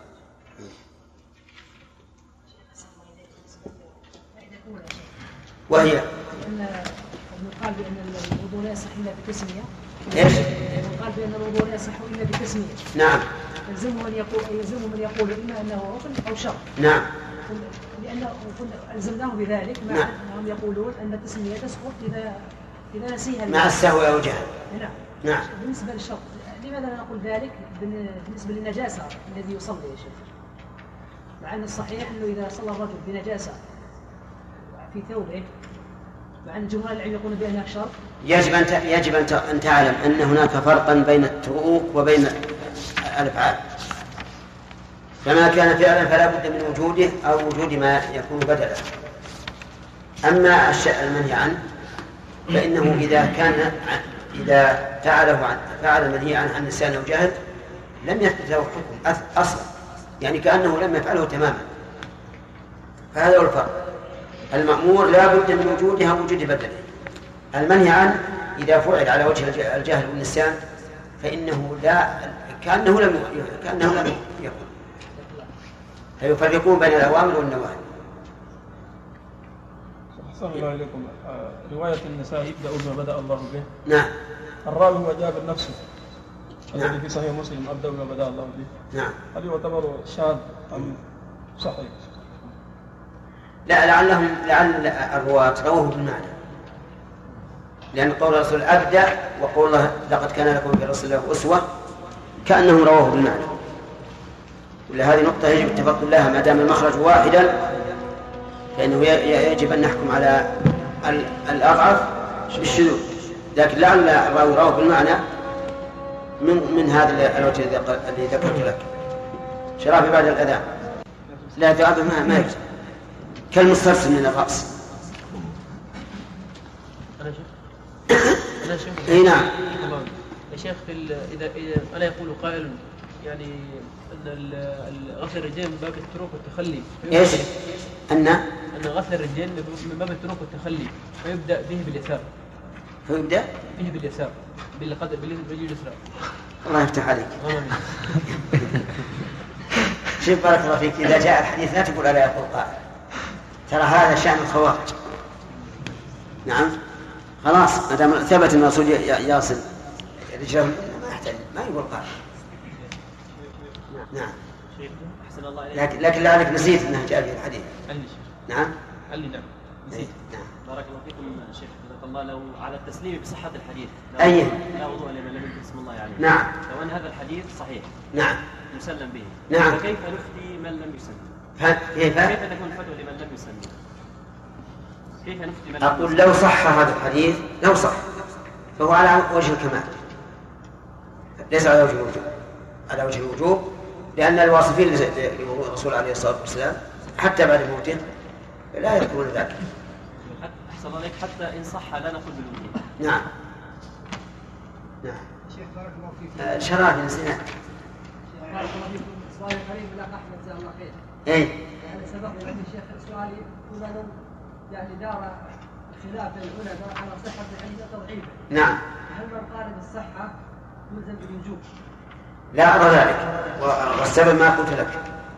وهي أن يقال بأن الوضوء لا يصح إلا بتسمية. إيش؟ يقال بأن الوضوء لا يصح إلا بتسمية. نعم. يلزم من يقول يلزم من يقول إما أنه ركن أو شرط. نعم. لأنه ألزمناه بذلك مع نعم. أنهم يقولون أن التسمية تسقط إذا إذا نسيها مع السهو أو الجهل. نعم. نعم. بالنسبة للشرط لماذا لا نقول ذلك بالنسبة للنجاسة الذي يصلي يا شيخ؟ مع أن الصحيح أنه إذا صلى الرجل بنجاسة في ثوبه، مع أن جمهور العلم يقولون بأنها شرط. يجب أن يجب أن تعلم أن هناك فرقا بين التروك وبين الأفعال، فما كان فعلا فلا بد من وجوده أو وجود ما يكون بدلا. أما الشيء المنهي عنه فإنه إذا كان إذا فعله عن فعل المنهي عنه عن نسيان أو جهل لم يثبت له حكم أصلا، يعني كأنه لم يفعله تماما. فهذا هو الفرق. المأمور لا بد من وجودها أو وجود بدله. المنهي عنه إذا فعل على وجه الجهل والنسيان فإنه لا كأنه لم كأنه لم يكن. فيفرقون بين الأوامر والنواهي. أحسن الله إليكم. رواية النساء يبدأ بما بدأ الله به. نعم. الراوي هو جابر نفسه نعم. الذي في صحيح مسلم أبدأ بما بدأ الله به. نعم. هل يعتبر شاذ أم صحيح؟ لا، لعلهم لعل الرواة رووه بالمعنى، لأن قول الرسول أبدأ وقول الله لقد كان لكم في رسول الله أسوة كأنهم رووه بالمعنى. ولهذه نقطة يجب التفقد لها، ما دام المخرج واحدا فإنه يجب أن نحكم على الأضعف بالشذوذ، لكن لعل الراوي رواه بالمعنى من من هذا الوجه الذي ذكرت لك. شرافي بعد الأذان لا ذهب ما ما يجب كالمسترسل من الرأس. أنا شيخ أنا شيخ إيه نعم يا شيخ. إذا إذا ألا يقول قائل يعني أن غسل الرجال من باب التروك والتخلي. إيش؟ أن أن غسل الرجال من باب التروك والتخلي فيبدأ به باليسار. فيبدأ به باليسار بالقدر بالرجل اليسرى. الله يفتح عليك. شوف بارك الله فيك، إذا جاء الحديث لا تقول ألا يقول قائل، ترى هذا شأن الخوارج. نعم خلاص ما دام ثبت أن الرسول يصل رجله ما يحتاج ما يقول قائل. نعم. أحسن الله إليك. لكن لكن لعلك نسيت أنه جاء في الحديث. قال لي نعم. قال لي نعم نسيت. نعم. بارك الله فيكم شيخ جزاك الله. لو على التسليم بصحة الحديث أي لا وضوء لمن لم يذكر اسم الله عليه. نعم. لو أن هذا الحديث صحيح نعم مسلم به. نعم. فكيف نفتي من لم يسلم؟ كيف؟ كيف تكون الفتوى لمن لم يسلم؟ كيف نفتي من لم أقول لو صح هذا الحديث لو صح فهو على وجه الكمال، ليس على وجه الوجوب، على وجه الوجوب، لأن الواصفين لوضوء الرسول عليه الصلاة والسلام حتى بعد موته لا يذكرون ذلك. أحسن عليك، حتى إن صح لا نقول بالوجوب. نعم نعم. شيخ بارك الله فيك. شراب نسينا. بارك الله فيكم. سؤالي قريب من الأخ أحمد جزاه الله خير. إيه. يعني سبق لي الشيخ سؤالي فلان يعني دار خلاف العلماء على صحة الحديث وتضعيفه. نعم. هل من قال بالصحة يلزم بالوجوب؟ لا أرى ذلك، والسبب ما قلت لك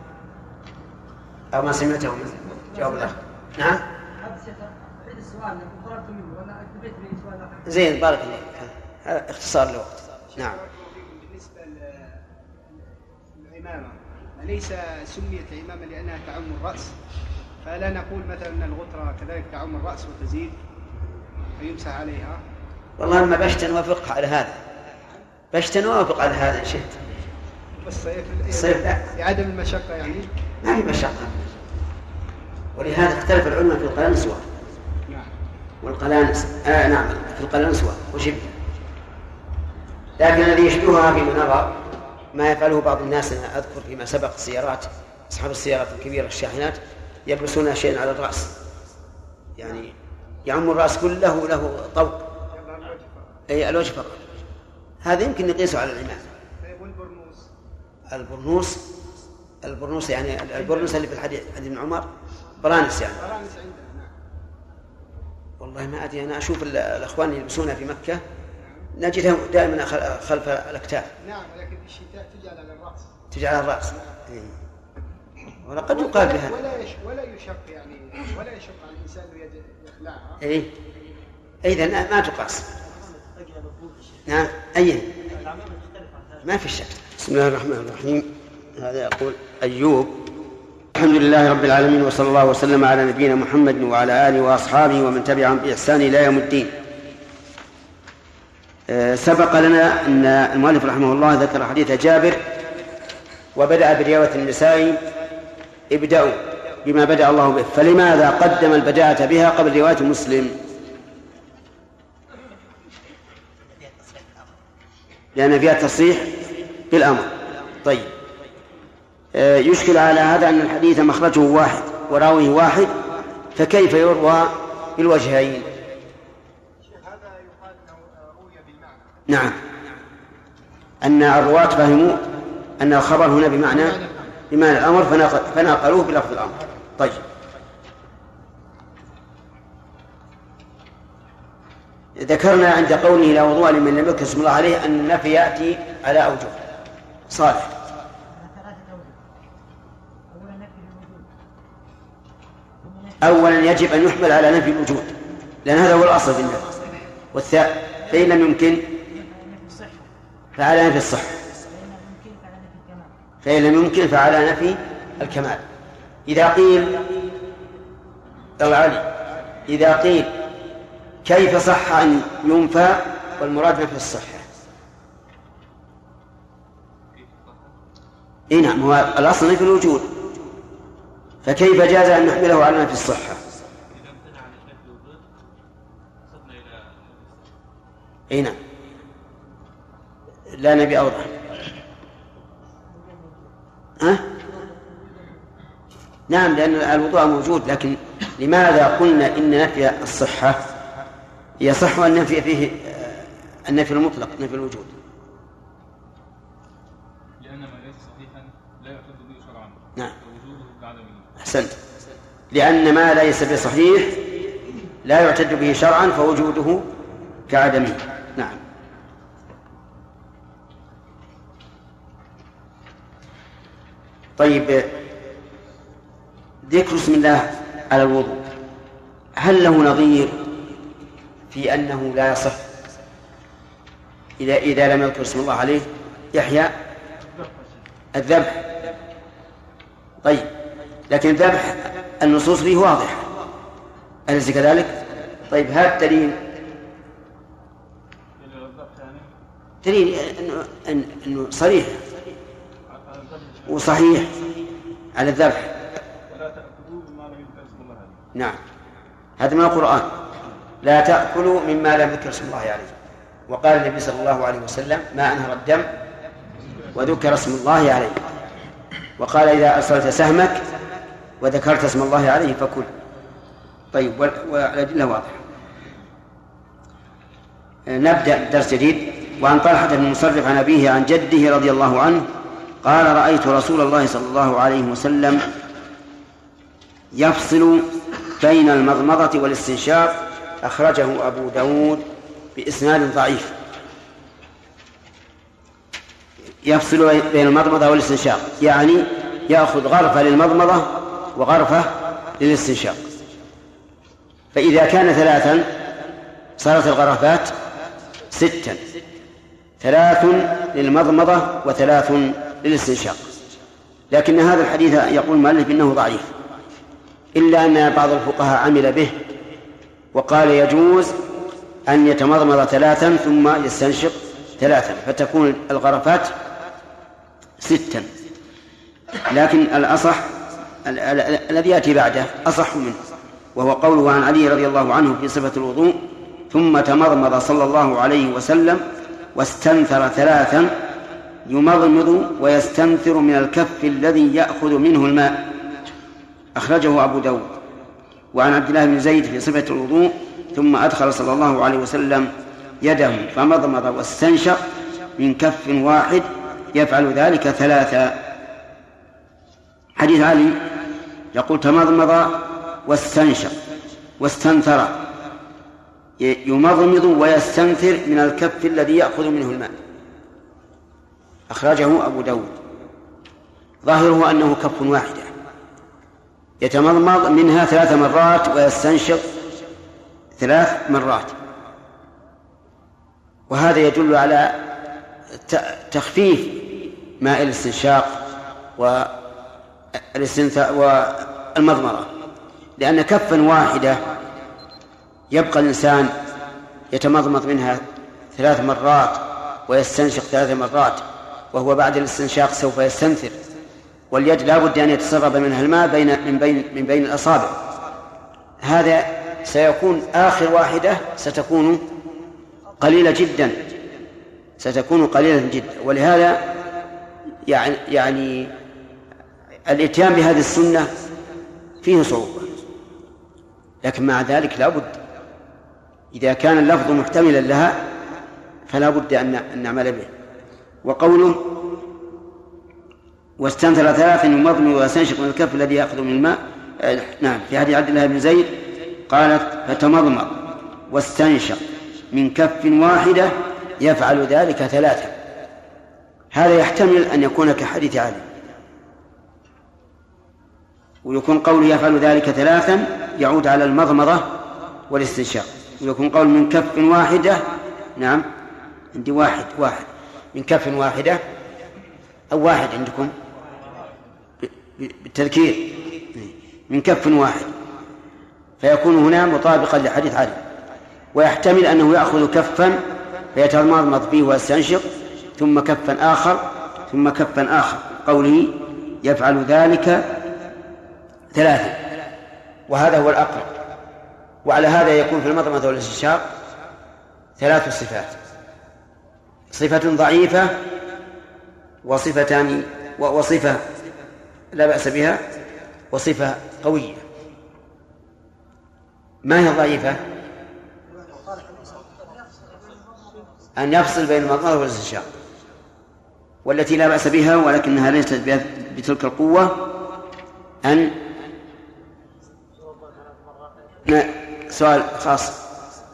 أو ما سمعته من جواب الأخ. نعم. هذا الشيخ عيد السؤال لكن طلبت منه ولا اكتفيت بسؤال آخر. زين بارك الله فيك، هذا اختصار الوقت. نعم. بالنسبة للعمامة أليس سميت عمامة لأنها تعم الرأس؟ فلا نقول مثلا أن الغترة كذلك تعم الرأس وتزيد فيمسح عليها؟ والله ما بشت نوافق على هذا، بشت نوافق على هذا إن شئت. الصيف الصيف لا، لعدم المشقة يعني؟ ما في مشقة، ولهذا اختلف العلماء في القلنسوة. نعم. والقلانس آه نعم في القلنسوة وشبه، لكن الذي يشبهها فيما نرى ما يفعله بعض الناس. أنا أذكر فيما سبق السيارات، أصحاب السيارات الكبيرة الشاحنات يلبسون شيئا على الرأس، يعني يعم الرأس كله له طوق، أي الوجه فقط. هذا يمكن نقيسه على العمامة. والبرنوس؟ البرنوس البرنوس يعني البرنوس اللي في الحديث حديث ابن عمر برانس يعني. برانس عندنا. نعم. والله ما أدري، أنا أشوف الأخوان يلبسونها في مكة نجدها دائما خلف الأكتاف. نعم، لكن في الشتاء تجعل على الرأس. تجعل على الرأس. إيه. ولقد يقال بها. ولا يش ولا يشق يعني ولا يشق على الإنسان يخلعها. إيه. إذا ما تقاس. نعم. أي. ما في شك. بسم الله الرحمن الرحيم. هذا يقول أيوب: الحمد لله رب العالمين، وصلى الله وسلم على نبينا محمد وعلى آله وأصحابه ومن تبعهم بإحسان إلى يوم الدين. سبق لنا أن المؤلف رحمه الله ذكر حديث جابر وبدأ برواية النساء: ابدأوا بما بدأ الله به. فلماذا قدم البداءة بها قبل رواية مسلم؟ لأن فيها تصريح بالأمر. طيب، يشكل على هذا أن الحديث مخرجه واحد وراويه واحد، فكيف يروى بالوجهين؟ نعم، أن الرواة فهموا أن الخبر هنا بمعنى بمعنى الأمر فنقلوه بلفظ الأمر. طيب، ذكرنا عند قوله لا وضوء لمن لم يذكر اسم الله عليه أن النفي يأتي على أوجه. صالح. أولا يجب أن يحمل على نفي الوجود، لأن هذا هو الأصل في النفي. والثاني فإن لم يمكن فعلى نفي الصحة، فإن لم يمكن فعلى نفي الكمال. إذا قيل يلا علي إذا قيل كيف صح أن ينفى والمراد نفي الصحة؟ إيه نعم، هو الأصل نفي الوجود، فكيف جاز أن نحمله على نفي الصحة؟ إيه نعم، لا نبي أوضح. أه؟ نعم، لأن الوضوء موجود، لكن لماذا قلنا إن نفي الصحة يصح أن نفي فيه النفي المطلق نفي الوجود؟ لأن ما ليس صحيحا لا يعتد به شرعا. نعم، ووجوده كعدمه. أحسنت. لأن ما ليس بصحيح لا يعتد به شرعا فوجوده كعدمه. نعم. طيب، ذكر اسم الله على الوضوء هل له نظير في أنه لا يصح إذا إذا لم يذكر اسم الله عليه؟ يحيى الذبح. طيب، لكن الذبح النصوص فيه واضحة، أليس كذلك؟ طيب هذا الدليل دليل إنه إنه صريح وصحيح على الذبح. ولا تأكلوا مما لم يذكر اسم الله عليه. نعم هذا من القرآن، لا تأكلوا مما لم يذكر اسم الله عليه. وقال النبي صلى الله عليه وسلم ما أنهر الدم وذكر اسم الله عليه. وقال إذا أرسلت سهمك وذكرت اسم الله عليه فكل. طيب والأدلة واضحة. نبدأ درس جديد. وعن طلحة بن مصرف عن أبيه عن جده رضي الله عنه قال رأيت رسول الله صلى الله عليه وسلم يفصل بين المضمضة والاستنشاق، أخرجه أبو داود بإسناد ضعيف. يفصل بين المضمضة والاستنشاق يعني يأخذ غرفة للمضمضة وغرفة للاستنشاق، فإذا كان ثلاثا صارت الغرفات ستا، ثلاث للمضمضة وثلاث للاستنشاق. لكن هذا الحديث يقول المؤلف إنه ضعيف، إلا أن بعض الفقهاء عمل به وقال يجوز أن يتمضمض ثلاثا ثم يستنشق ثلاثا فتكون الغرفات ستا. لكن الأصح الذي يأتي بعده أصح منه، وهو قوله عن علي رضي الله عنه في صفة الوضوء ثم تمضمض صلى الله عليه وسلم واستنثر ثلاثا يمضمض ويستنثر من الكف الذي يأخذ منه الماء، أخرجه أبو داود. وعن عبد الله بن زيد في صفة الوضوء ثم أدخل صلى الله عليه وسلم يده فمضمض واستنشق من كف واحد يفعل ذلك ثلاثا. حديث علي يقول تمضمض واستنشق واستنثر، يمضمض ويستنثر من الكف الذي يأخذ منه الماء، أخرجه أبو داود. ظاهره أنه كف واحدة يتمضمض منها ثلاث مرات ويستنشق ثلاث مرات، وهذا يدل على تخفيف ماء الاستنشاق والمضمضة، لأن كفا واحدة يبقى الإنسان يتمضمض منها ثلاث مرات ويستنشق ثلاث مرات، وهو بعد الاستنشاق سوف يستنثر، واليد لا بد أن يتسرب منها الماء بين من بين من بين الأصابع. هذا سيكون آخر واحدة ستكون قليلة جدا ستكون قليلة جدا ولهذا يعني يعني الاتيان بهذه السنة فيه صعوبة، لكن مع ذلك لا بد إذا كان اللفظ محتملا لها فلا بد أن نعمل به. وقوله واستنثر ثلاثا يمضمض ويستنشق من الكف الذي يأخذ من الماء، آه نعم في حديث عبد الله بن زيد قالت فتمضمض واستنشق من كف واحدة يفعل ذلك ثلاثا. هذا يحتمل أن يكون كحديث علي، ويكون قول يفعل ذلك ثلاثا يعود على المضمضة والاستنشاق، ويكون قول من كف واحدة نعم عندي واحد واحد من كف واحدة أو واحد عندكم بالتذكير من كف واحد، فيكون هنا مطابقا لحديث علي. ويحتمل أنه يأخذ كفا فيتمضمض به ويستنشق ثم كفا آخر ثم كفا آخر، قوله يفعل ذلك ثلاثة، وهذا هو الأقرب. وعلى هذا يكون في المضمضة والاستنشاق ثلاث صفات: صفة ضعيفة وصفتان وصفة لا بأس بها وصفة قوية. ما هي الضعيفة؟ أن يفصل بين المضمضة والاستنشاق، والتي لا بأس بها ولكنها ليست بتلك القوة أن سؤال خاص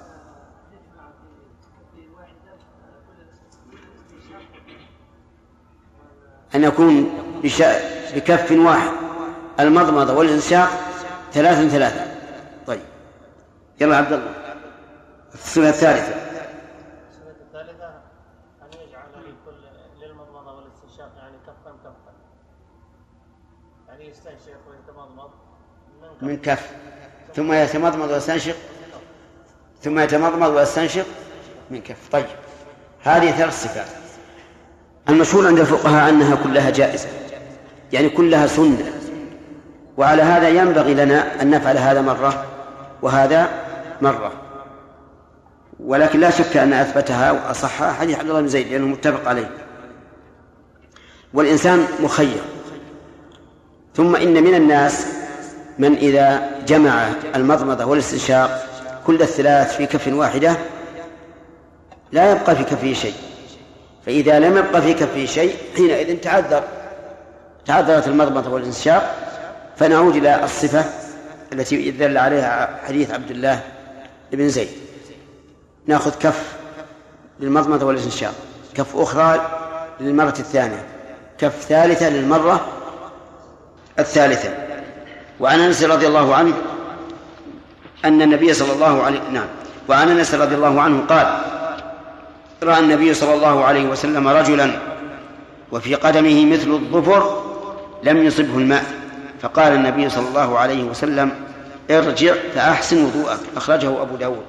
أن يكون بكف واحد المضمضة والاستنشاق ثلاثا ثلاثا. طيب يلا عبد الله الصفة الثالثة. الصفة الثالثة أن يجعل لكل للمضمضة والاستنشاق يعني كفا كفا، يعني يستنشق ويتمضمض من كف ثم يتمضمض ويستنشق ثم يتمضمض ويستنشق من كف. طيب، هذه ثلاث صفات. المشهور عند الفقهاء أنها كلها جائزة، يعني كلها سنة، وعلى هذا ينبغي لنا أن نفعل هذا مرة وهذا مرة. ولكن لا شك أن أثبتها وأصحها حديث عبد الله بن زيد لأنه متفق عليه. والإنسان مخير. ثم إن من الناس من إذا جمع المضمضة والاستنشاق كل الثلاث في كف واحدة لا يبقى في كفه شيء، فإذا لم يبقى في كفه شيء حينئذ تعذر تعذرت المضمضة والاستنشاق. فنعود إلى الصفة التي دل عليها حديث عبد الله بن زيد. نأخذ كف للمضمضة والاستنشاق، كف أخرى للمرة الثانية، كف ثالثة للمرة الثالثة. وعن أنس رضي الله عنه أن النبي صلى الله عليه نعم وعن أنس رضي الله عنه قال: رأى النبي صلى الله عليه وسلم رجلا وفي قدمه مثل الظفر لم يصبه الماء، فقال النبي صلى الله عليه وسلم: ارجع فأحسن وضوءك. أخرجه أبو داود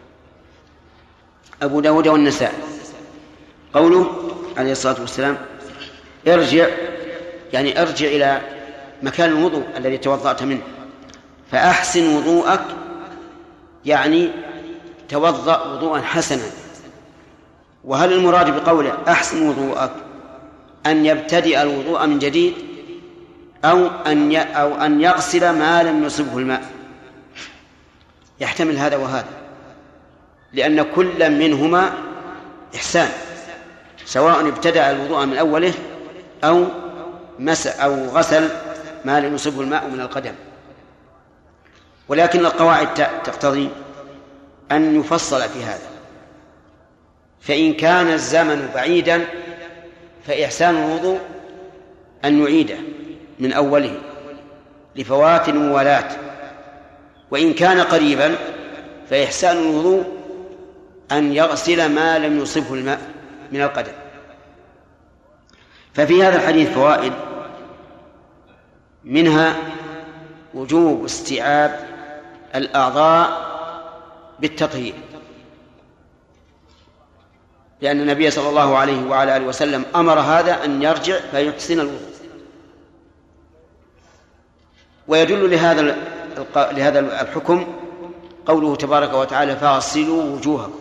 أبو داود والنسائي. قوله عليه الصلاة والسلام ارجع يعني ارجع إلى مكان الوضوء الذي توضأت منه، فأحسن وضوءك يعني توضأ وضوءا حسنا. وهل المراد بقوله أحسن وضوءك أن يبتدئ الوضوء من جديد أو أن أو أن يغسل ما لم يصبه الماء؟ يحتمل هذا وهذا، لأن كل منهما إحسان، سواء ابتدأ الوضوء من أوله أو مس أو غسل ما لم يصبه الماء من القدم. ولكن القواعد تقتضي أن يفصل في هذا، فإن كان الزمن بعيدا فإحسان الوضوء أن يعيده من أوله لفوات الموالاة، وإن كان قريبا فإحسان الوضوء أن يغسل ما لم يصبه الماء من القدم. ففي هذا الحديث فوائد، منها وجوب استيعاب الأعضاء بالتطهير، لأن النبي صلى الله عليه وعلى آله وسلم أمر هذا أن يرجع فيحسن الوضوء. ويدل لهذا لهذا الحكم قوله تبارك وتعالى: فاغسلوا وجوهكم.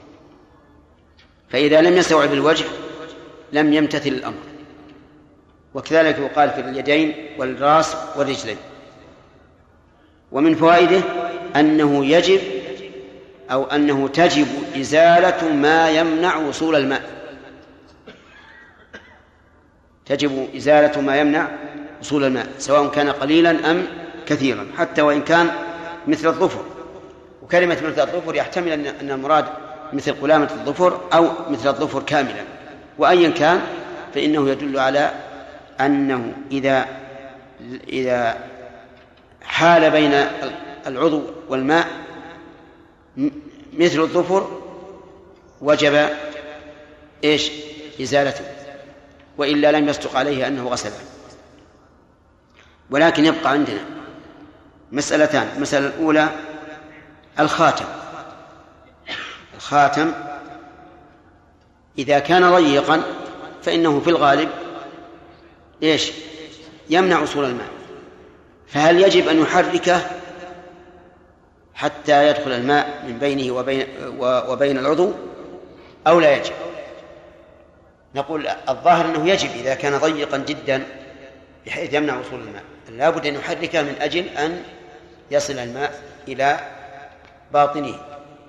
فإذا لم يستوعب الوجه لم يمتثل الأمر. وكذلك يقال في اليدين والرأس والرجلين. ومن فوائده أنه يجب أو أنه تجب إزالة ما يمنع وصول الماء، تجب إزالة ما يمنع وصول الماء سواء كان قليلا أم كثيرا، حتى وإن كان مثل الظفر. وكلمة مثل الظفر يحتمل أن المراد مثل قلامة الظفر أو مثل الظفر كاملا، وأيا كان فإنه يدل على أنه إذا إذا حال بين العضو والماء مثل الظفر وجب إيش؟ إزالته، وإلا لم يصدق عليه أنه غسله. ولكن يبقى عندنا مسألتان. المسألة الأولى الخاتم. الخاتم إذا كان ضيقا فإنه في الغالب إيش؟ يمنع وصول الماء، فهل يجب أن يحركه حتى يدخل الماء من بينه وبين, وبين العضو أو لا يجب؟ نقول الظاهر أنه يجب إذا كان ضيقا جدا بحيث يمنع وصول الماء، لا بد أن يحركه من أجل أن يصل الماء إلى باطنه.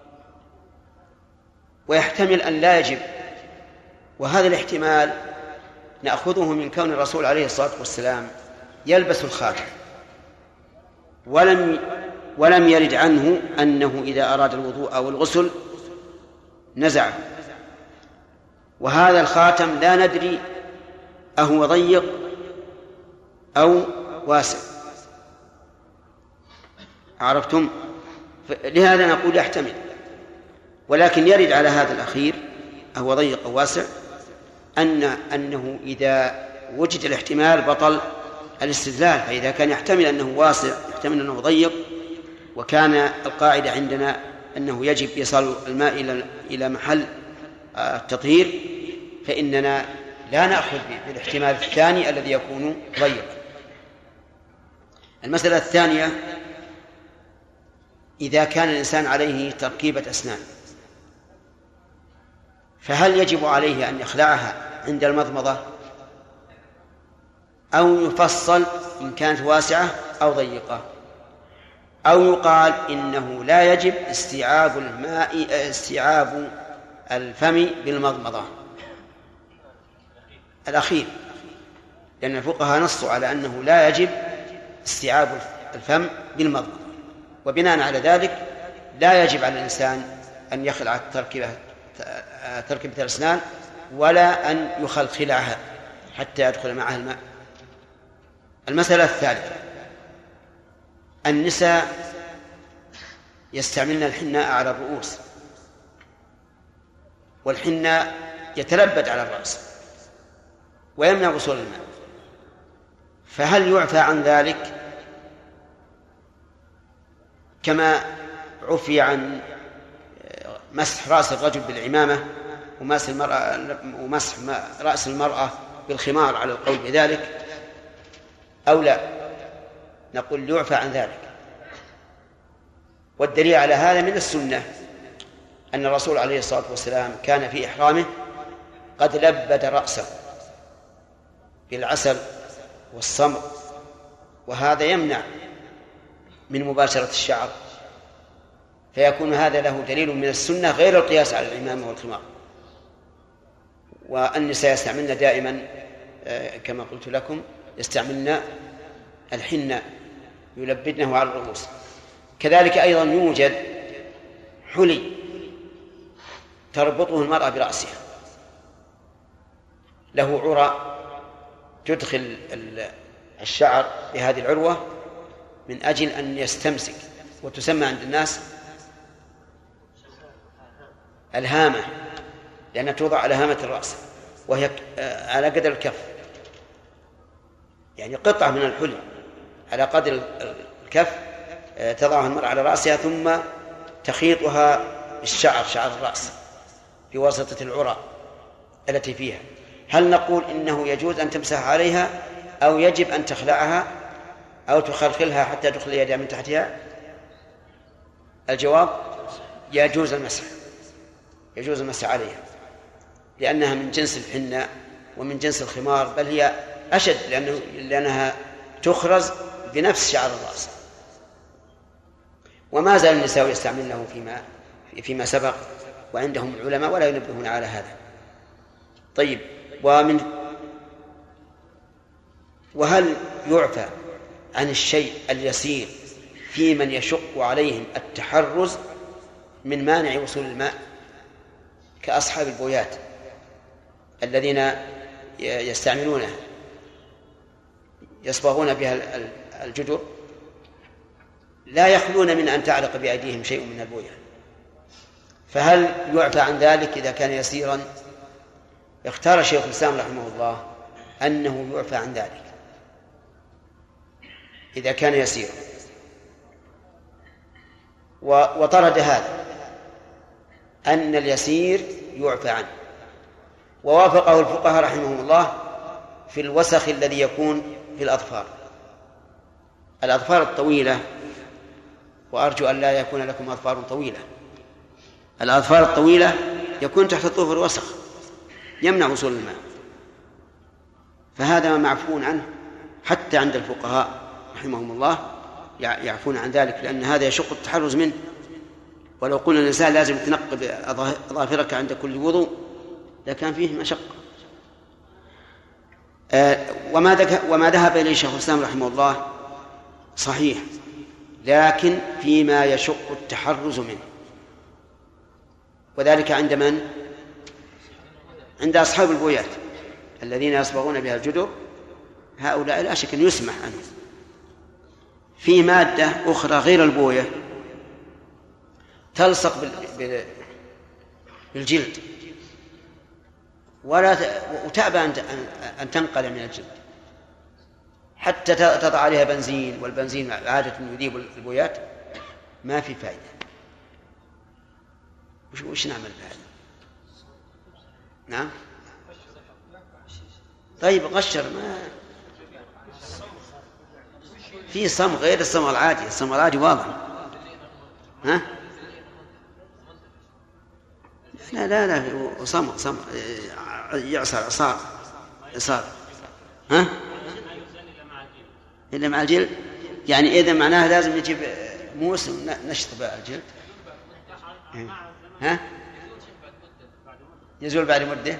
ويحتمل أن لا يجب، وهذا الاحتمال نأخذه من كون الرسول عليه الصلاة والسلام يلبس الخاتم ولم ولم يرد عنه أنه إذا أراد الوضوء أو الغسل نزعه. وهذا الخاتم لا ندري أهو ضيق أو واسع، عرفتم؟ لهذا نقول يحتمل، ولكن يرد على هذا الأخير أهو ضيق أو واسع أن أنه إذا وجد الاحتمال بطل الاستدلال. فإذا كان يحتمل أنه واسع يحتمل أنه ضيق، وكان القاعدة عندنا أنه يجب إيصال الماء إلى إلى محل التطهير فإننا لا نأخذ بالاحتمال الثاني الذي يكون ضيق. المسألة الثانية: إذا كان الإنسان عليه تركيبة أسنان فهل يجب عليه أن يخلعها عند المضمضة أو يفصل إن كانت واسعة أو ضيقة، أو يقال إنه لا يجب استيعاب الماء استيعاب الفم بالمضمضة؟ الأخير، لأن الفقهاء نصوا على أنه لا يجب استيعاب الفم بالمضمضة، وبناء على ذلك لا يجب على الإنسان أن يخلع تركيبة تركيبة الأسنان ولا أن يخلخلعها حتى يدخل معها الماء. المسألة الثالثة: النساء يستعملن الحناء على الرؤوس، والحناء يتلبد على الرأس ويمنع وصول الماء، فهل يعفى عن ذلك كما عفي عن مسح رأس الرجل بالعمامة ومسح المرأة ومسح رأس المرأة بالخمار على القول بذلك، أو لا؟ نقول يعفى عن ذلك. والدليل على هذا من السنة أن الرسول عليه الصلاة والسلام كان في إحرامه قد لبد رأسه بالعسل والصمغ، وهذا يمنع من مباشرة الشعر، فيكون هذا له دليل من السنة غير القياس على العمامة والخمار. والنساء يستعملن دائما كما قلت لكم يستعملن الحنة يلبدنه على الرؤوس. كذلك أيضا يوجد حلي تربطه المرأة برأسها، له عرى تدخل الشعر بهذه العروة من أجل أن يستمسك، وتسمى عند الناس الهامة، لأنها توضع على هامة الرأس وهي على قدر الكف، يعني قطعة من الحلي على قدر الكف تضعها المرأة على رأسها ثم تخيطها بالشعر شعر الرأس بواسطة العرى التي فيها. هل نقول إنه يجوز أن تمسح عليها أو يجب أن تخلعها أو تخلخلها حتى تدخل يدها من تحتها؟ الجواب: يجوز المسح، يجوز المسح عليها، لأنها من جنس الحنة ومن جنس الخمار، بل هي أشد لأنه لأنها تخرز بنفس شعر الرأس. وما زال النساء يستعملونه فيما فيما سبق، وعندهم العلماء ولا ينبهون على هذا. طيب، ومن وهل يعفى عن الشيء اليسير في من يشق عليهم التحرز من مانع وصول الماء كأصحاب البويات الذين يستعملونها يصبغون بها الجدر، لا يخلون من أن تعلق بأيديهم شيء من البوية، فهل يعفى عن ذلك إذا كان يسيرا؟ اختار شيخ الإسلام رحمه الله أنه يعفى عن ذلك إذا كان يسيرا، وطرد هذا أن اليسير يعفى عنه، ووافقه الفقهاء رحمهم الله في الوسخ الذي يكون في الأظفار الأظفار الطويلة، وأرجو أن لا يكون لكم أظفار طويلة. الأظفار الطويلة يكون تحت الظفر وسخ يمنع وصول الماء، فهذا ما معفون عنه حتى عند الفقهاء رحمهم الله يعفون عن ذلك، لأن هذا يشق التحرز منه. ولو قلنا الإنسان لازم تنقب أظافرك عند كل وضوء لكان فيه مشقة. آه وما, وما ذهب إليه شيخ الإسلام رحمه الله صحيح، لكن فيما يشق التحرز منه، وذلك عند من؟ عند أصحاب البويات الذين يصبغون بها الجدر، هؤلاء لا شك أن يسمح عنه. في مادة أخرى غير البوية تلصق بالجلد ولا وتأبى أن تنقل من الجلد حتى تضع عليها بنزين، والبنزين عادة يذيب البويات، ما في فائدة. وش, وش نعمل بهذا؟ نعم طيب غشر ما في صمغ غير الصمغ العادي. الصمغ العادي واضح. ها لا لا لا صمغ صمغ يعصر عصار عصار. ها إلا مع الجلد يعني إذا معناه لازم نجيب موس ونشطب الجلد. ها يزول بعد مدة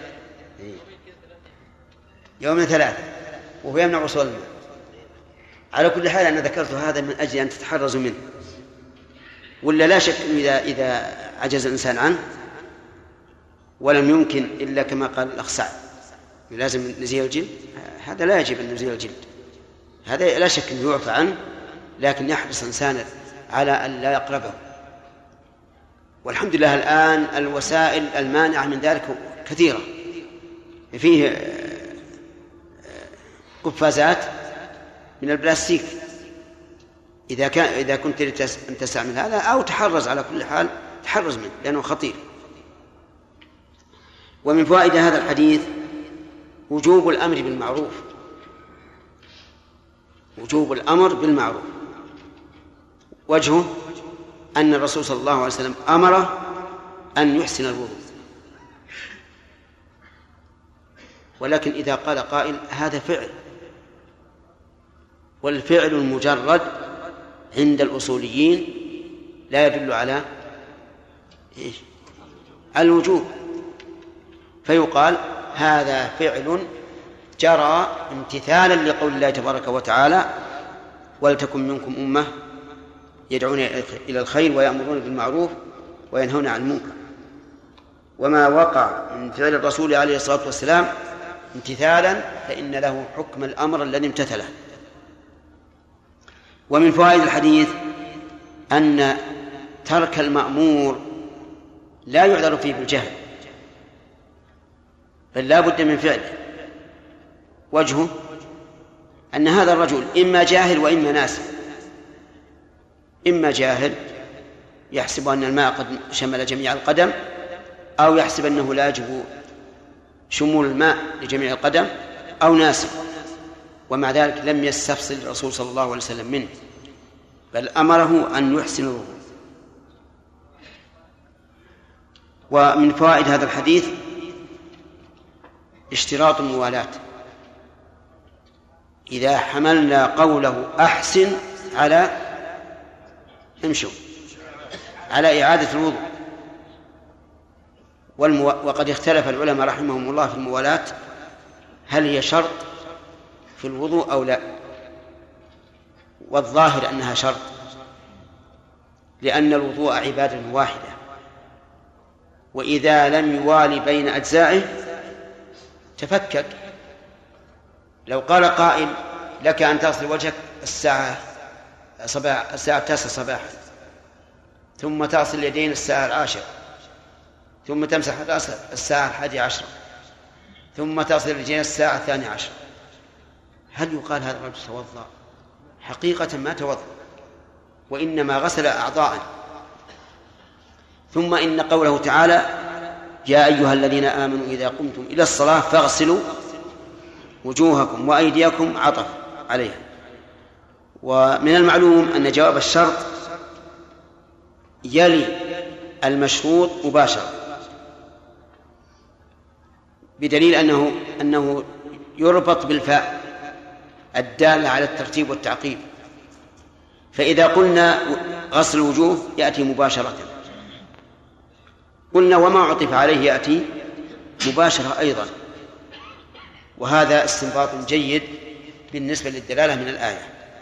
يوم ثلاثة وهو يمنع وصول الماء. على كل حال أنا ذكرت هذا من أجل أن تتحرزوا منه، ولا لا شك إذا إذا عجز الإنسان عنه ولم يمكن إلا كما قال الأخ سعد لازم نزيل الجلد، هذا لا يجب أن نزيل الجلد، هذا لا شك أنه يعفى عنه، لكن يحرص إنسان على أن لا يقربه. والحمد لله الآن الوسائل المانعة من ذلك كثيرة، فيه قفازات من البلاستيك إذا كان إذا كنت أن تستعمل هذا، أو تحرز على كل حال تحرز منه لأنه خطير. ومن فوائد هذا الحديث وجوب الأمر بالمعروف، وجوب الأمر بالمعروف. وجهه أن الرسول صلى الله عليه وسلم أمر أن يحسن الوضوء، ولكن إذا قال قائل هذا فعل، والفعل المجرد عند الأصوليين لا يدل على إيش؟ الوجوب، فيقال هذا فعل جرى امتثالا لقول الله تبارك وتعالى ولتكن منكم أمة يدعون إلى الخير ويأمرون بالمعروف وينهون عن المنكر. وما وقع من فعل الرسول عليه الصلاة والسلام امتثالا فإن له حكم الأمر الذي امتثله. ومن فوائد الحديث أن ترك المأمور لا يعذر فيه بالجهل، بل لا بد من فعله. وجهه أن هذا الرجل إما جاهل وإما ناسي، إما جاهل يحسب أن الماء قد شمل جميع القدم، أو يحسب أنه لا يجب شمول الماء لجميع القدم، أو ناسي، ومع ذلك لم يستفصل الرسول صلى الله عليه وسلم منه، بل أمره أن يحسن الوضوء. ومن فوائد هذا الحديث اشتراط الموالاة، إذا حملنا قوله أحسن على امشوا على إعادة الوضوء. والمو... وقد اختلف العلماء رحمهم الله في الموالاة، هل هي شرط في الوضوء أو لا؟ والظاهر أنها شرط، لأن الوضوء عبادة واحدة، وإذا لم يوالي بين أجزائه تفكك. لو قال قائل لك أن تصل وجهك الساعة صباح الساعة التاسعة صباحا، ثم تصل اليدين الساعة العاشرة، ثم تمسح الرأس الساعة الحادية عشرة، ثم تصل الرجلين الساعة الثانية عشرة، هل يقال هذا الرجل توضأ؟ حقيقة ما توضأ، وإنما غسل أعضاء. ثم إن قوله تعالى يا أيها الذين آمنوا إذا قمتم إلى الصلاة فاغسلوا وجوهكم وأيديكم عطف عليها. ومن المعلوم أن جواب الشرط يلي المشروط مباشرة، بدليل أنه أنه يربط بالفاء الدالة على الترتيب والتعقيب، فإذا قلنا غسل الوجوه يأتي مباشرة، قلنا وما عطف عليه يأتي مباشرة أيضا، وهذا استنباط جيد بالنسبة للدلالة من الآية.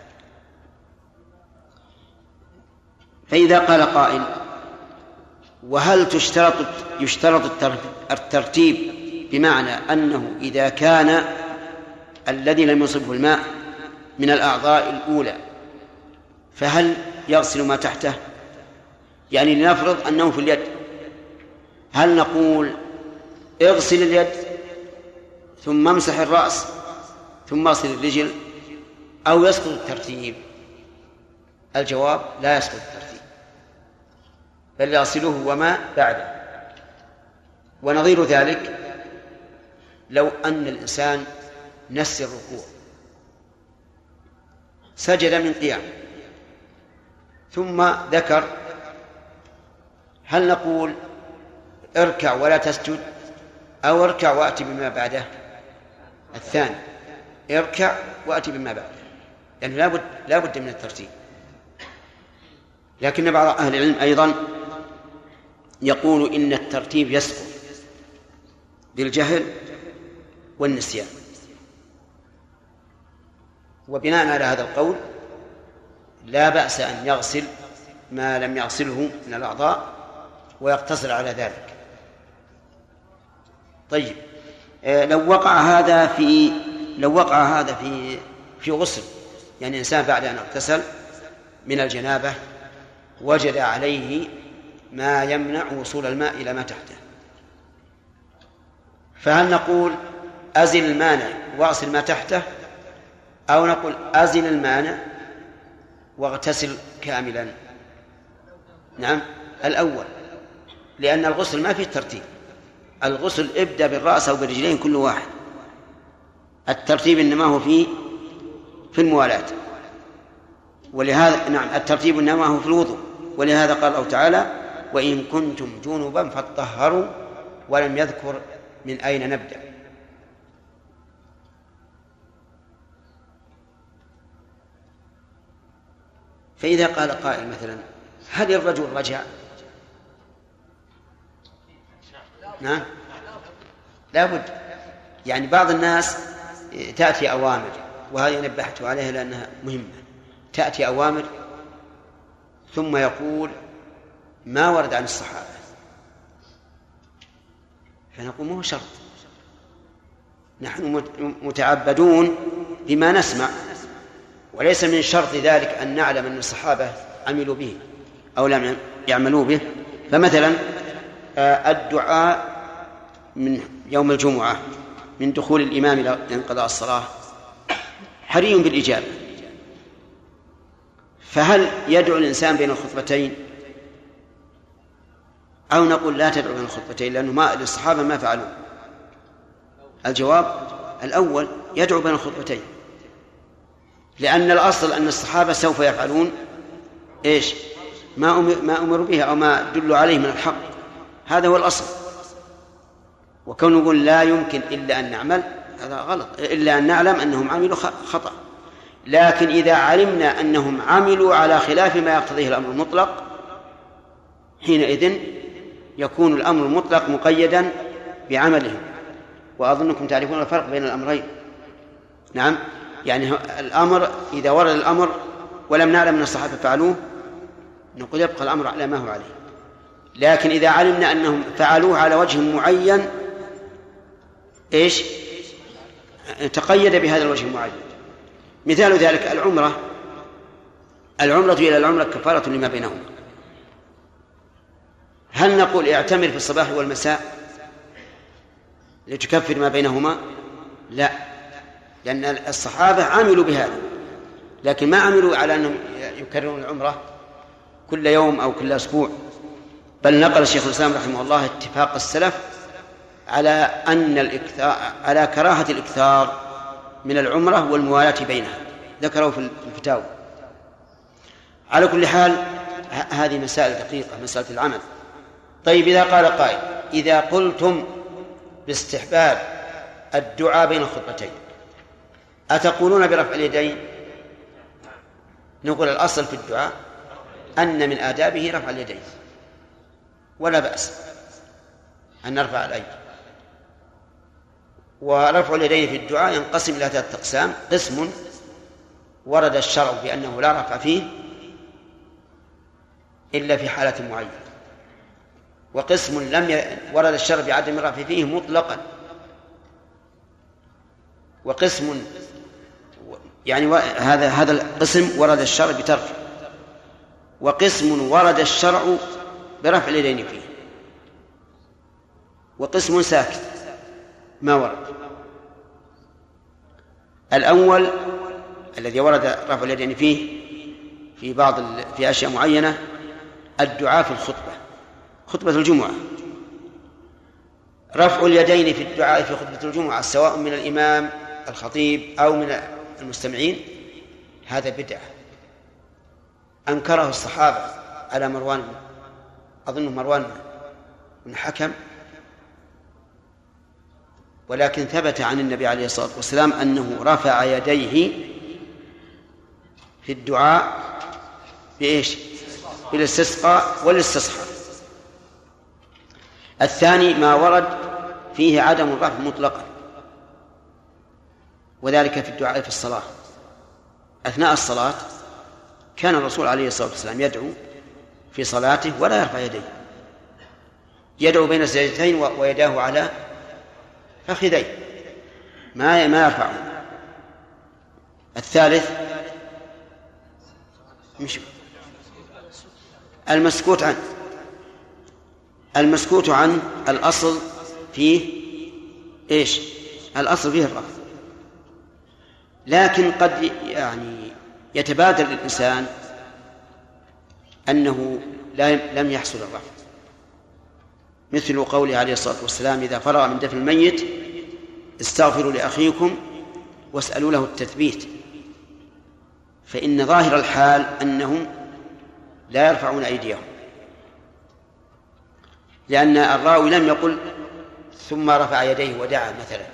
فإذا قال قائل وهل تشترط يشترط الترتيب بمعنى أنه إذا كان الذي لم يصبه الماء من الأعضاء الأولى فهل يغسل ما تحته؟ يعني لنفرض أنه في اليد، هل نقول اغسل اليد ثم امسح الرأس ثم اغسل الرجل، أو يسقط الترتيب؟ الجواب لا يسقط الترتيب، بل يغسله وما بعده. ونظير ذلك لو أن الإنسان نسي الركوع سجد من قيام ثم ذكر، هل نقول اركع ولا تسجد أو اركع وأتي بما بعده؟ الثاني، اركع وأتي بما بعده، يعني لا بد لا بد من الترتيب. لكن بعض أهل العلم أيضا يقول إن الترتيب يسقط بالجهل والنسيان، وبناء على هذا القول لا بأس أن يغسل ما لم يغسله من الأعضاء ويقتصر على ذلك. طيب، لو وقع هذا في لو وقع هذا في في غسل، يعني إنسان بعد أن اغتسل من الجنابة وجد عليه ما يمنع وصول الماء إلى ما تحته، فهل نقول أزل المانع واغسل ما تحته، أو نقول أزل المانع واغتسل كاملا؟ نعم، الأول، لأن الغسل ما فيه ترتيب. الغسل ابدأ بالرأس أو بالرجلين كل واحد، الترتيب إنما هو في في الموالاة. ولهذا نعم الترتيب إنما هو في الوضوء، ولهذا قال الله تعالى: وإن كنتم جنبا فاطهروا، ولم يذكر من أين نبدأ. فإذا قال قائل مثلا: هل الرجل رجع؟ نعم، لا بد. يعني بعض الناس تأتي أوامر، وهذه نبهت عليها لأنها مهمة، تأتي أوامر ثم يقول ما ورد عن الصحابة، فنقول مو شرط، نحن متعبدون بما نسمع، وليس من شرط ذلك أن نعلم أن الصحابة عملوا به أو لم يعملوا به. فمثلا الدعاء من يوم الجمعة من دخول الإمام إلى انقضاء الصلاة حري بالإجابة، فهل يدعو الإنسان بين الخطبتين أو نقول لا تدعو بين الخطبتين لأنه ما الصحابة ما فعلوا؟ الجواب الأول، يدعو بين الخطبتين، لأن الأصل أن الصحابة سوف يفعلون إيش ما ما أمروا به أو ما دلوا عليه من الحق، هذا هو الأصل. وكون نقول لا يمكن إلا أن نعمل، هذا غلط، إلا أن نعلم أنهم عملوا خطأ. لكن إذا علمنا أنهم عملوا على خلاف ما يقتضيه الأمر المطلق، حينئذ يكون الأمر المطلق مقيدا بعملهم. وأظنكم تعرفون الفرق بين الأمرين. نعم، يعني الأمر إذا ورد الأمر ولم نعلم أن الصحابة فعلوه نقول يبقى الأمر على ما هو عليه، لكن إذا علمنا أنهم فعلوه على وجه معين إيش تقيد بهذا الوجه المعين. مثال ذلك العمرة، العمرة إلى العمرة كفارة لما بينهما. هل نقول اعتمر في الصباح والمساء لتكفر ما بينهما؟ لا، لأن الصحابة عملوا بهذا، لكن ما عملوا على أنهم يكررون العمرة كل يوم أو كل أسبوع، بل نقل الشيخ الإسلام رحمه الله اتفاق السلف على أن الإكثار على كراهة الإكثار من العمرة والموالاة بينها، ذكروا في الفتاوى. على كل حال هذه مسائل دقيقة، مسألة العمل. طيب، إذا قال قائل: إذا قلتم باستحباب الدعاء بين الخطبتين أتقولون برفع اليدين؟ نقول الأصل في الدعاء أن من آدابه رفع اليدين، ولا بأس أن نرفع الأيدي. ورفع اليدين في الدعاء ينقسم إلى ثلاثة أقسام: قسم ورد الشرع بأنه لا رفع فيه إلا في حالة معينة، وقسم لم ورد الشرع بعدم الرفع فيه مطلقا، وقسم يعني هذا هذا القسم ورد الشرع بترك، وقسم ورد الشرع برفع اليدين فيه، وقسم ساكت ما ورد. الأول الذي ورد رفع اليدين فيه في بعض في أشياء معينة: الدعاء في الخطبة، خطبة الجمعة، رفع اليدين في الدعاء في خطبة الجمعة سواء من الإمام الخطيب أو من المستمعين هذا بدعة أنكره الصحابة على مروان أظن مروان بن حكم، ولكن ثبت عن النبي عليه الصلاة والسلام أنه رفع يديه في الدعاء بإيش؟ بالاستسقاء والاستصحاب. الثاني ما ورد فيه عدم الرفع مطلقا، وذلك في الدعاء في الصلاة. أثناء الصلاة كان الرسول عليه الصلاة والسلام يدعو في صلاته ولا يرفع يديه، يدعو بين السجدتين ويداه على فخذيه ما ما يرفعه. الثالث مش المسكوت عنه. المسكوت عن الأصل فيه إيش؟ الأصل فيه الرفع، لكن قد يعني يتبادر الإنسان أنه لم يحصل الرفع، مثل قوله عليه الصلاة والسلام إذا فرغ من دفن الميت استغفروا لأخيكم واسألوا له التثبيت، فإن ظاهر الحال أنهم لا يرفعون أيديهم، لأن الراوي لم يقل ثم رفع يديه ودعا مثلا.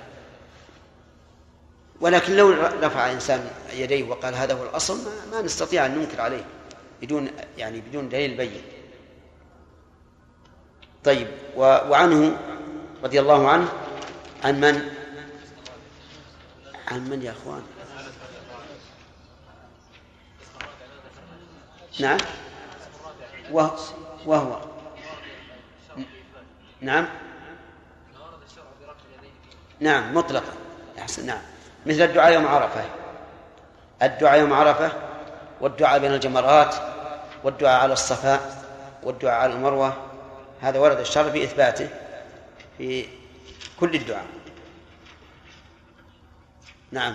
ولكن لو رفع إنسان يديه وقال هذا هو الأصل ما, ما نستطيع أن ننكر عليه بدون يعني بدون دليل بين. طيب، وعنه رضي الله عنه عن من عن من يا أخوان؟ نعم وهو, وهو. نعم نعم مطلقا أحسن. نعم مثل الدعاء يوم عرفة، الدعاء يوم عرفة والدعاء بين الجمرات والدعاء على الصفاء والدعاء على المروة، هذا ورد الشرع بإثباته في كل الدعاء. نعم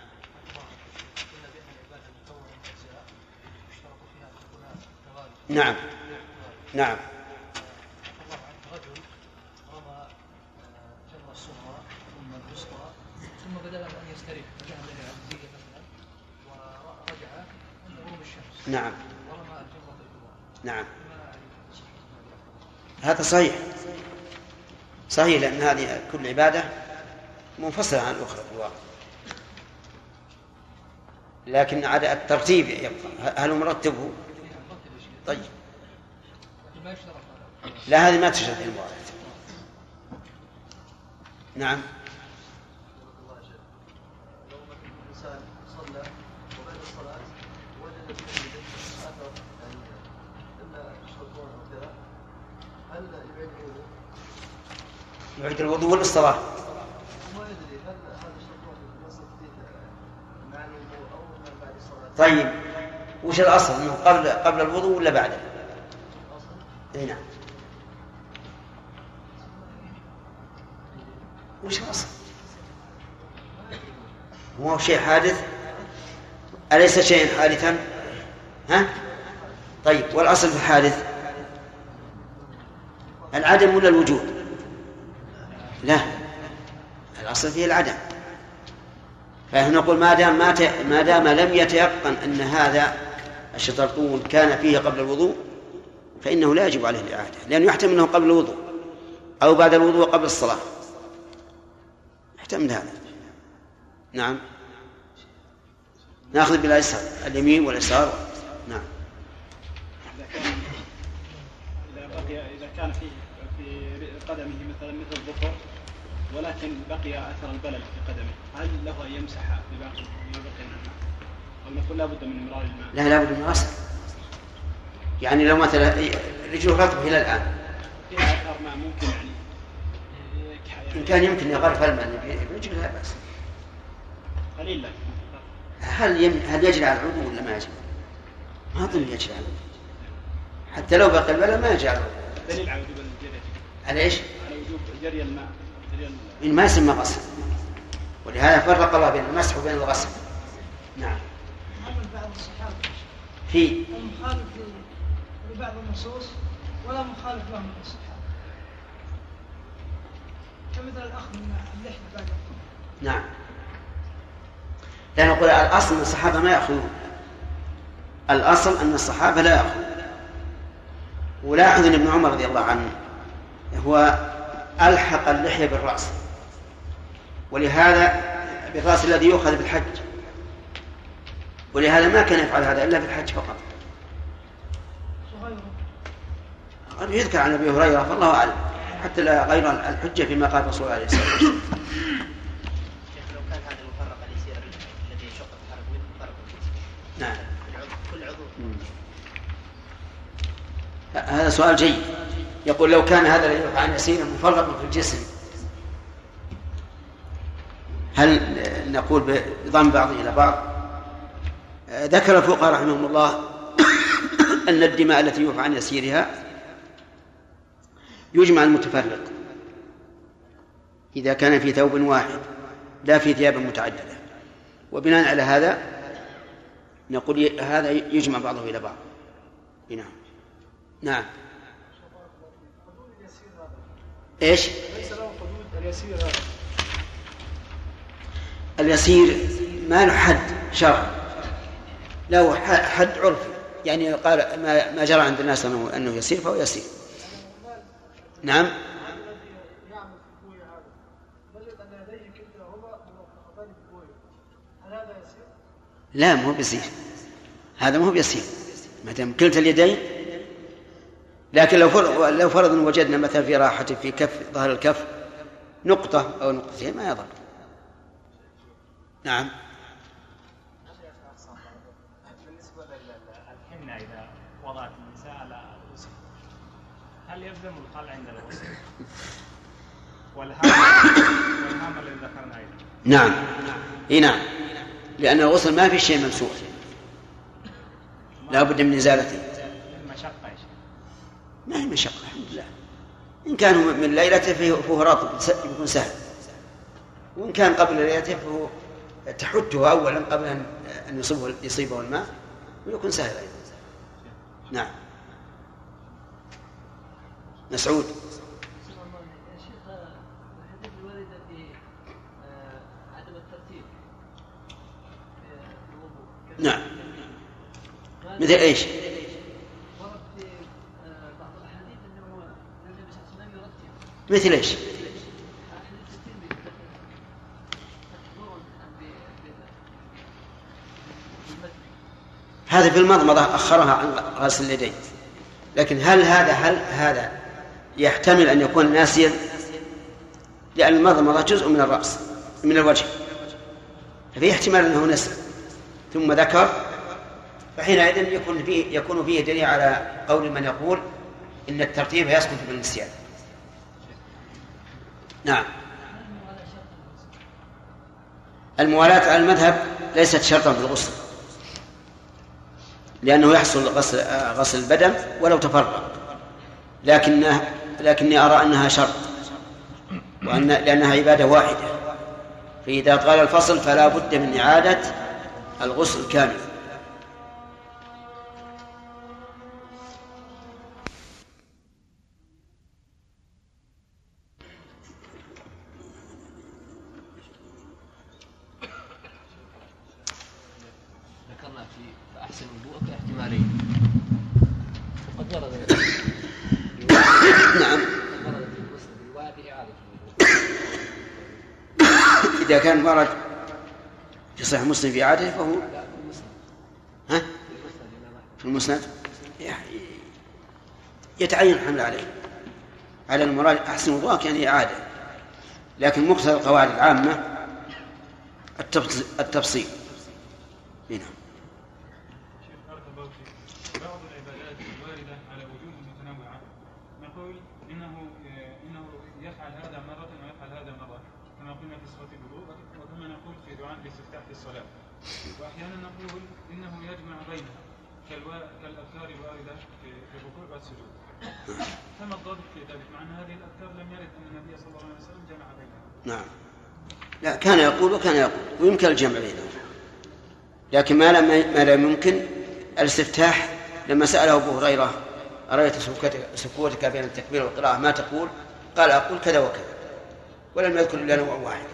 نعم نعم ثم بدأ أن يستريح فجاء من العبدية مثلا ورجع عند غروب الشمس. نعم ورمى الجمرة الأولى. نعم هذا صحيح صحيح، لأن هذه كل عبادة منفصلة عن الأخرى في الواقع، لكن عاد الترتيب يبقى. هل مرتبه؟ طيب لا هذه ما تشرح الموارد. نعم يعيد الوضوء ولا الصلاة؟ طيب وش الأصل أنه قبل قبل الوضوء ولا بعده؟ هنا وش الأصل؟ هو شيء حادث؟ أليس شيء حادثا؟ ها؟ طيب والأصل في الحادث العدم ولا الوجود؟ لا الأصل فيه العدم، فنقول ما دام ما دام لم يتيقن أن هذا الشطرطون كان فيه قبل الوضوء فإنه لا يجب عليه الإعادة، لأنه يحتمل أنه قبل الوضوء أو بعد الوضوء قبل الصلاة، يحتمل هذا. نعم نأخذ باليسار اليمين واليسار. نعم إذا بقي إذا كان في في قدمه مثلا مثل الظفر ولكن بقي أثر البلل في قدمه، هل له أن يمسح بباقي ما بقي من الماء أو نقول لا بد من إمرار الماء؟ لا لا بد من غسل، يعني لو مثلا رجله رطب إلى الآن فيها أثر ماء ممكن يعني إن كان يمكن يغرف الماء برجله لا بأس. قليل لك هل يم... هل يجري على العضو ولا ما يجري؟ ما أظن يجري على العضو، حتى لو بقي البلل ما يجري على العضو. دليل على وجوب الجري على إيش؟ على وجوب جري الماء جري إن ما يسمى غسل، ولهذا فرق الله بين المسح وبين الغسل. نعم بعض الصحابة في مخالف لبعض النصوص ولا مخالف لهم من الصحابة. كمثل الأخذ من اللحية بعد. نعم. لا نقول الأصل أن الصحابة ما يأخذون، الأصل أن الصحابة لا يأخذون. ولاحظ أن ابن عمر رضي الله عنه هو ألحق اللحية بالرأس، ولهذا بالرأس الذي يؤخذ بالحج، ولهذا ما كان يفعل هذا إلا في الحج فقط. قد يذكر عن أبي هريرة فالله أعلم، حتى لا غير الحجة فيما قال رسول الله عليه الصلاة والسلام. لو كان هذا المفرق اليسير الذي يشق التحرك منه مفرق نعم كل عضو. هذا سؤال جيد. يقول لو كان هذا الذي يرفع عن يسير مفرق في الجسم هل نقول بضم بعض إلى بعض؟ ذكر الفقهاء رحمهم الله أن الدماء التي يرفع عن يسيرها يجمع المتفرق إذا كان في ثوب واحد لا في ثياب متعددة، وبناء على هذا نقول هذا يجمع بعضه إلى بعض. نعم نعم. إيش؟ ليس له حدود اليسير هذا. اليسير ما له حد شرعي، له حد عرفي، يعني قال ما ما جرى عند الناس أنه أنه يسير فهو يسير. نعم. لا مو بيسير، هذا مو بيسير ما دام كلتا اليدين. لكن لو فرض لو فرض وجدنا مثلا في راحة في كف ظهر الكف نقطة أو نقطتين ما يضر. نعم. بالنسبة للحنة إذا وضعت النساء على الغسل هل يلزم القلع عند الغسل؟ والهام الذي ذكرنا أيضا. نعم إيه نعم، لأن الغسل ما في شيء ممسوح لا بد من إزالته. المشقة يا شيخ؟ ما هي مشقة الحمد لله. إن كان من ليلته فهو رطب يكون سهل، وإن كان قبل ليلته فهو تحته أولا قبل أن يصيبه, يصيبه الماء ويكون سهل أيضا. نعم. مسعود. نعم. مثل ايش؟ ورد في بعض الاحاديث انه النبي صلى الله عليه وسلم يرتب. مثل ايش؟ هذا في المضمضة أخرها عن غسل اليدين، لكن هل هذا هل هذا يحتمل أن يكون ناسيا؟ لأن المضمضة جزء من الرأس من الوجه، ففي احتمال أنه نسي ثم ذكر، فحينئذ يكون فيه يكون فيه دليل على قول من يقول إن الترتيب يسقط بالنسيان. نعم. الموالاة على المذهب ليست شرطا في الغسل، لأنه يحصل غسل غسل البدن ولو تفرق، لكنه لكني أرى أنها شرط، وأن لأنها عبادة واحدة، فإذا طال الفصل فلا بد من إعادة الغسل كامل. ذكرنا في أحسن وضوء احتمالين، وقد ورد نعم. ورد في المسلم رواية بإعادة إذا كان ورد في صحيح مسلم في إعادته فهو ها في المسند يتعين الحمل عليه على المراد أحسن وضوءك يعني إعادة، لكن مقتضى القواعد العامة التفصيل. هنا بعض العبادات الواردة على وجوه متنوعة نقول إنه إنه يفعل هذا مرة ويفعل هذا مرة، كما قلنا في صفة الوضوء، وكما نقول في دعاء الاستفتاح في الصلاة، وأحيانا نقول إنه يجمع بينها كالأذكار الواردة في الركوع والسجود. فما الضابط في ذلك؟ مع أن هذه الأذكار لم يرد أن النبي صلى الله عليه وسلم جمع بينها. نعم. لا كان يقول وكان يقول ويمكن الجمع بينهم، لكن ما لم ما لم يمكن الاستفتاح. لما سأله أبو هريرة أرأيت سكوتك بين التكبير والقراءة ما تقول؟ قال أقول كذا وكذا، ولم يذكر إلا نوع واحد.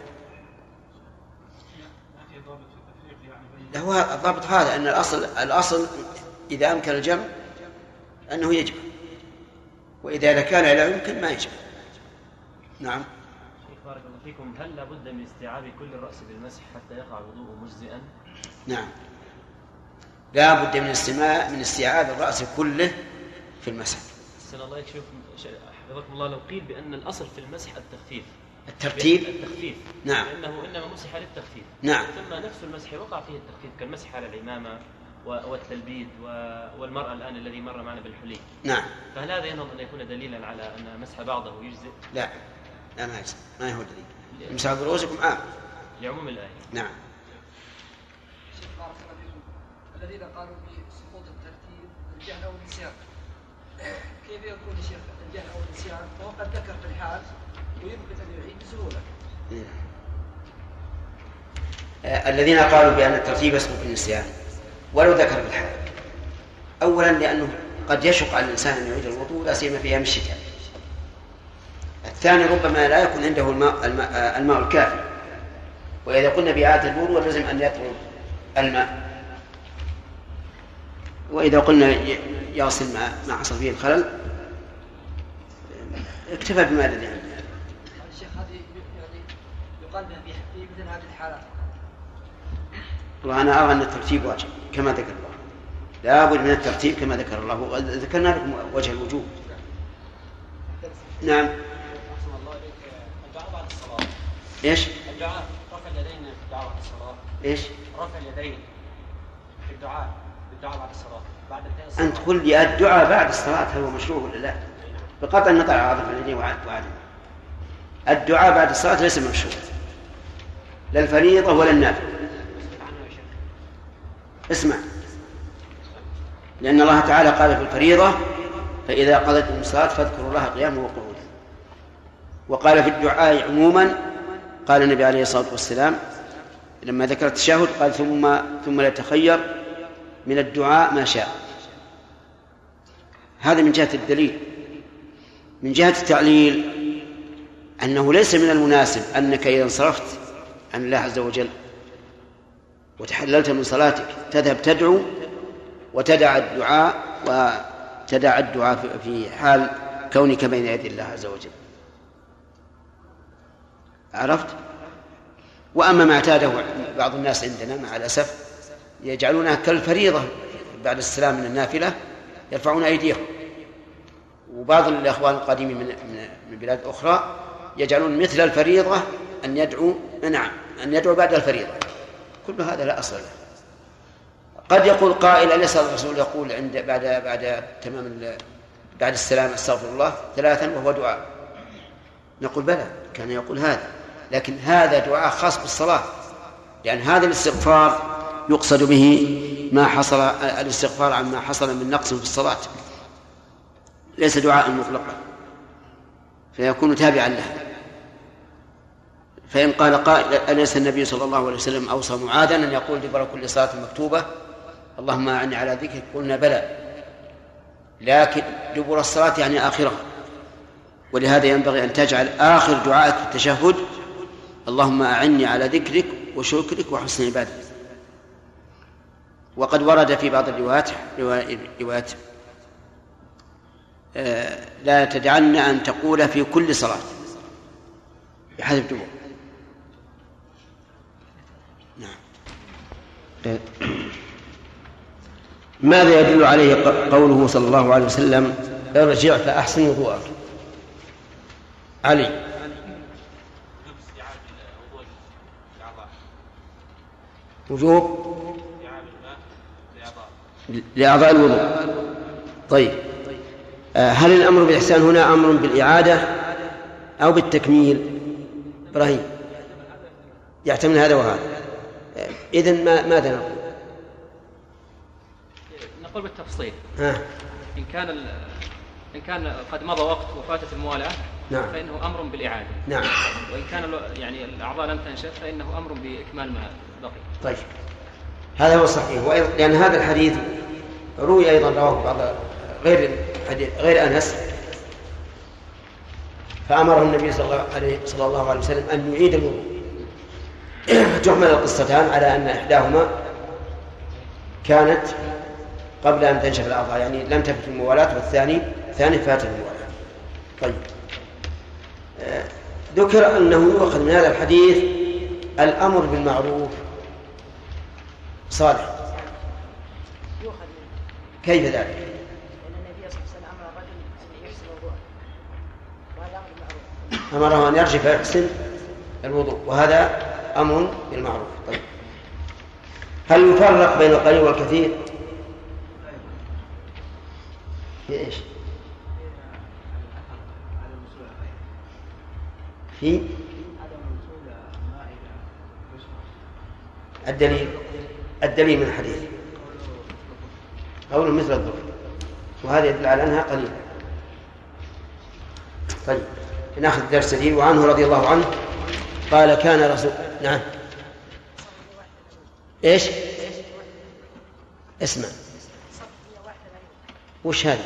هو الضابط هذا أن الأصل الأصل إذا أمكن الجمع أنه يجب، وإذا كان لا يمكن ما يجب. نعم. شيخ بارك الله فيكم، هل لابد من استيعاب كل الرأس بالمسح حتى يقع الوضوء مجزئا؟ نعم، لا بد من استماع من استيعاب الرأس كله في المسح. أحسن الله يكشف حفظكم الله، لو قيل بأن الأصل في المسح التخفيف الترتيب التخفيف نعم، لأنه إنما مسح للتخفيف نعم، ثم نفس المسح وقع فيه التخفيف كالمسح على العمامة والتلبيد والمرأة الآن الذي مر معنا بالحلي. نعم. فهل هذا ينظر أن يكون دليلا على أن مسح بعضه يجزئ؟ لا لا ما يجزئ، ما هو دليل. مسح برؤوسكم عام لعموم الآية. نعم. شيخ بارك الله فيكم، الذين قالوا بسقوط الترتيب الجهل أو النسيان، كيف يكون يا شيخ الجهل أو النسيان وهو قد ذكر في الحال ويمكن أن يعيد بسهولة؟ آه الذين قالوا بأن الترتيب يسقط بالنسيان ولو ذكر في الحال، أولا لأنه قد يشق على الإنسان أن يعيد الوضوء لا سيما في أيام الشتاء. الثاني ربما لا يكون عنده الماء, الماء, الماء الكافي، وإذا قلنا بإعادة الوضوء لازم أن يطلب الماء، وإذا قلنا يغسل ما ما حصل فيه الخلل اكتفى بما الذي عنده. الشيخ هذه يعني يقال بها في مثل هذه الحالات. وأنا أرى أن الترتيب واجب كما ذكر الله، لا بد من الترتيب كما ذكر الله، وذكرنا لكم وجه الوجوب. نعم. أحسن الله إليك، الدعاء بعد الصلاة. إيش؟ الدعاء رفع اليدين في الدعاء بعد الصلاة. إيش؟ رفع اليدين في الدعاء بالدعاء بعد الصلاة. بعد انتهاء الصلاة. أنت تقول لي الدعاء بعد الصلاة هل هو مشروع ولا لا؟ بقطع النظر عن عاطفة اليدين وعدم. الدعاء بعد الصلاة ليس مشروع، لا الفريضة ولا النافلة. اسمع، لأن الله تعالى قال في الفريضة فإذا قضيتم الصلاة فاذكروا الله قياما وقعودا، وقال في الدعاء عموما قال النبي عليه الصلاة والسلام لما ذكر التشهد قال ثم ثم ليتخير من الدعاء ما شاء. هذا من جهة الدليل. من جهة التعليل أنه ليس من المناسب أنك إذا انصرفت عن الله عز وجل وتحللت من صلاتك تذهب تدعو وتدع الدعاء وتدع الدعاء في حال كونك بين يدي الله عز وجل. عرفت؟ وأما ما اعتاده بعض الناس عندنا مع الأسف يجعلونها كالفريضة بعد السلام من النافلة، يرفعون أيديهم. وبعض الأخوان القادمين من من بلاد أخرى يجعلون مثل الفريضة أن يدعو نعم أن يدعو بعد الفريضة. كل هذا لا أصل له. قد يقول قائل أليس الرسول يقول عند بعد بعد تمام بعد السلام استغفر الله ثلاثا وهو دعاء؟ نقول بلى كان يقول هذا، لكن هذا دعاء خاص بالصلاة، لأن يعني هذا الاستغفار يقصد به ما حصل الاستغفار عما حصل من نقص في الصلاة، ليس دعاء مطلقا فيكون تابعا له. فإن قال قائل أليس النبي صلى الله عليه وسلم أوصى معاذا أن يقول دبر كل صلاة مكتوبة اللهم أعني على ذكرك؟ قلنا بلى، لكن دبر الصلاة يعني آخرها، ولهذا ينبغي أن تجعل آخر دعائك في التشهد اللهم أعني على ذكرك وشكرك وحسن عبادتك. وقد ورد في بعض الروايات روايات آه لا تدعن أن تقول في كل صلاة بحذف دبر. نعم. ماذا يدل عليه قوله صلى الله عليه وسلم ارجع فأحسن وضوءك؟ علي. وجوب لأعضاء الوضوء. طيب، هل الأمر بالإحسان هنا أمر بالإعادة أو بالتكميل؟ إبراهيم يحتمل هذا وهذا. إذن ما ماذا نقول؟ نقول بالتفصيل. ها. إن كان إن كان قد مضى وقت وفاتت الموالاة نعم. فإنه أمر بالإعادة. نعم. وإن كان يعني الأعضاء لم تنشف فإنه أمر بإكمال ما بقي. طيب، هذا هو الصحيح. لأن هذا الحديث روي أيضا رواه بعض غير غير أنس فأمره النبي صلى الله عليه, صلى الله عليه وسلم أن يعيد الوضوء. تحمل القصتان على أن إحداهما كانت قبل أن تنشف الأعضاء، يعني لم تفت الموالاة، والثاني ثاني فات الموالاة. طيب، آه ذكر أنه يؤخذ من هذا الحديث الأمر بالمعروف صالح. كيف ذلك؟ لأن النبي صلى الله عليه وسلم أمر الرجل أن يحسن وضوءه، وهذا أمر بالمعروف. أمره أن يرجع فيحسن الوضوء، وهذا أمر بالمعروف. طيب، هل يفرق بين القليل والكثير؟ في إيش؟ في الدليل الدليل من الحديث قوله مثل الظهر، وهذا يدل على أنها قليلة. طيب، نأخذ درس دليل. وعنه رضي الله عنه قال كان رسول نعم إيش؟ اسمع، وش هذا؟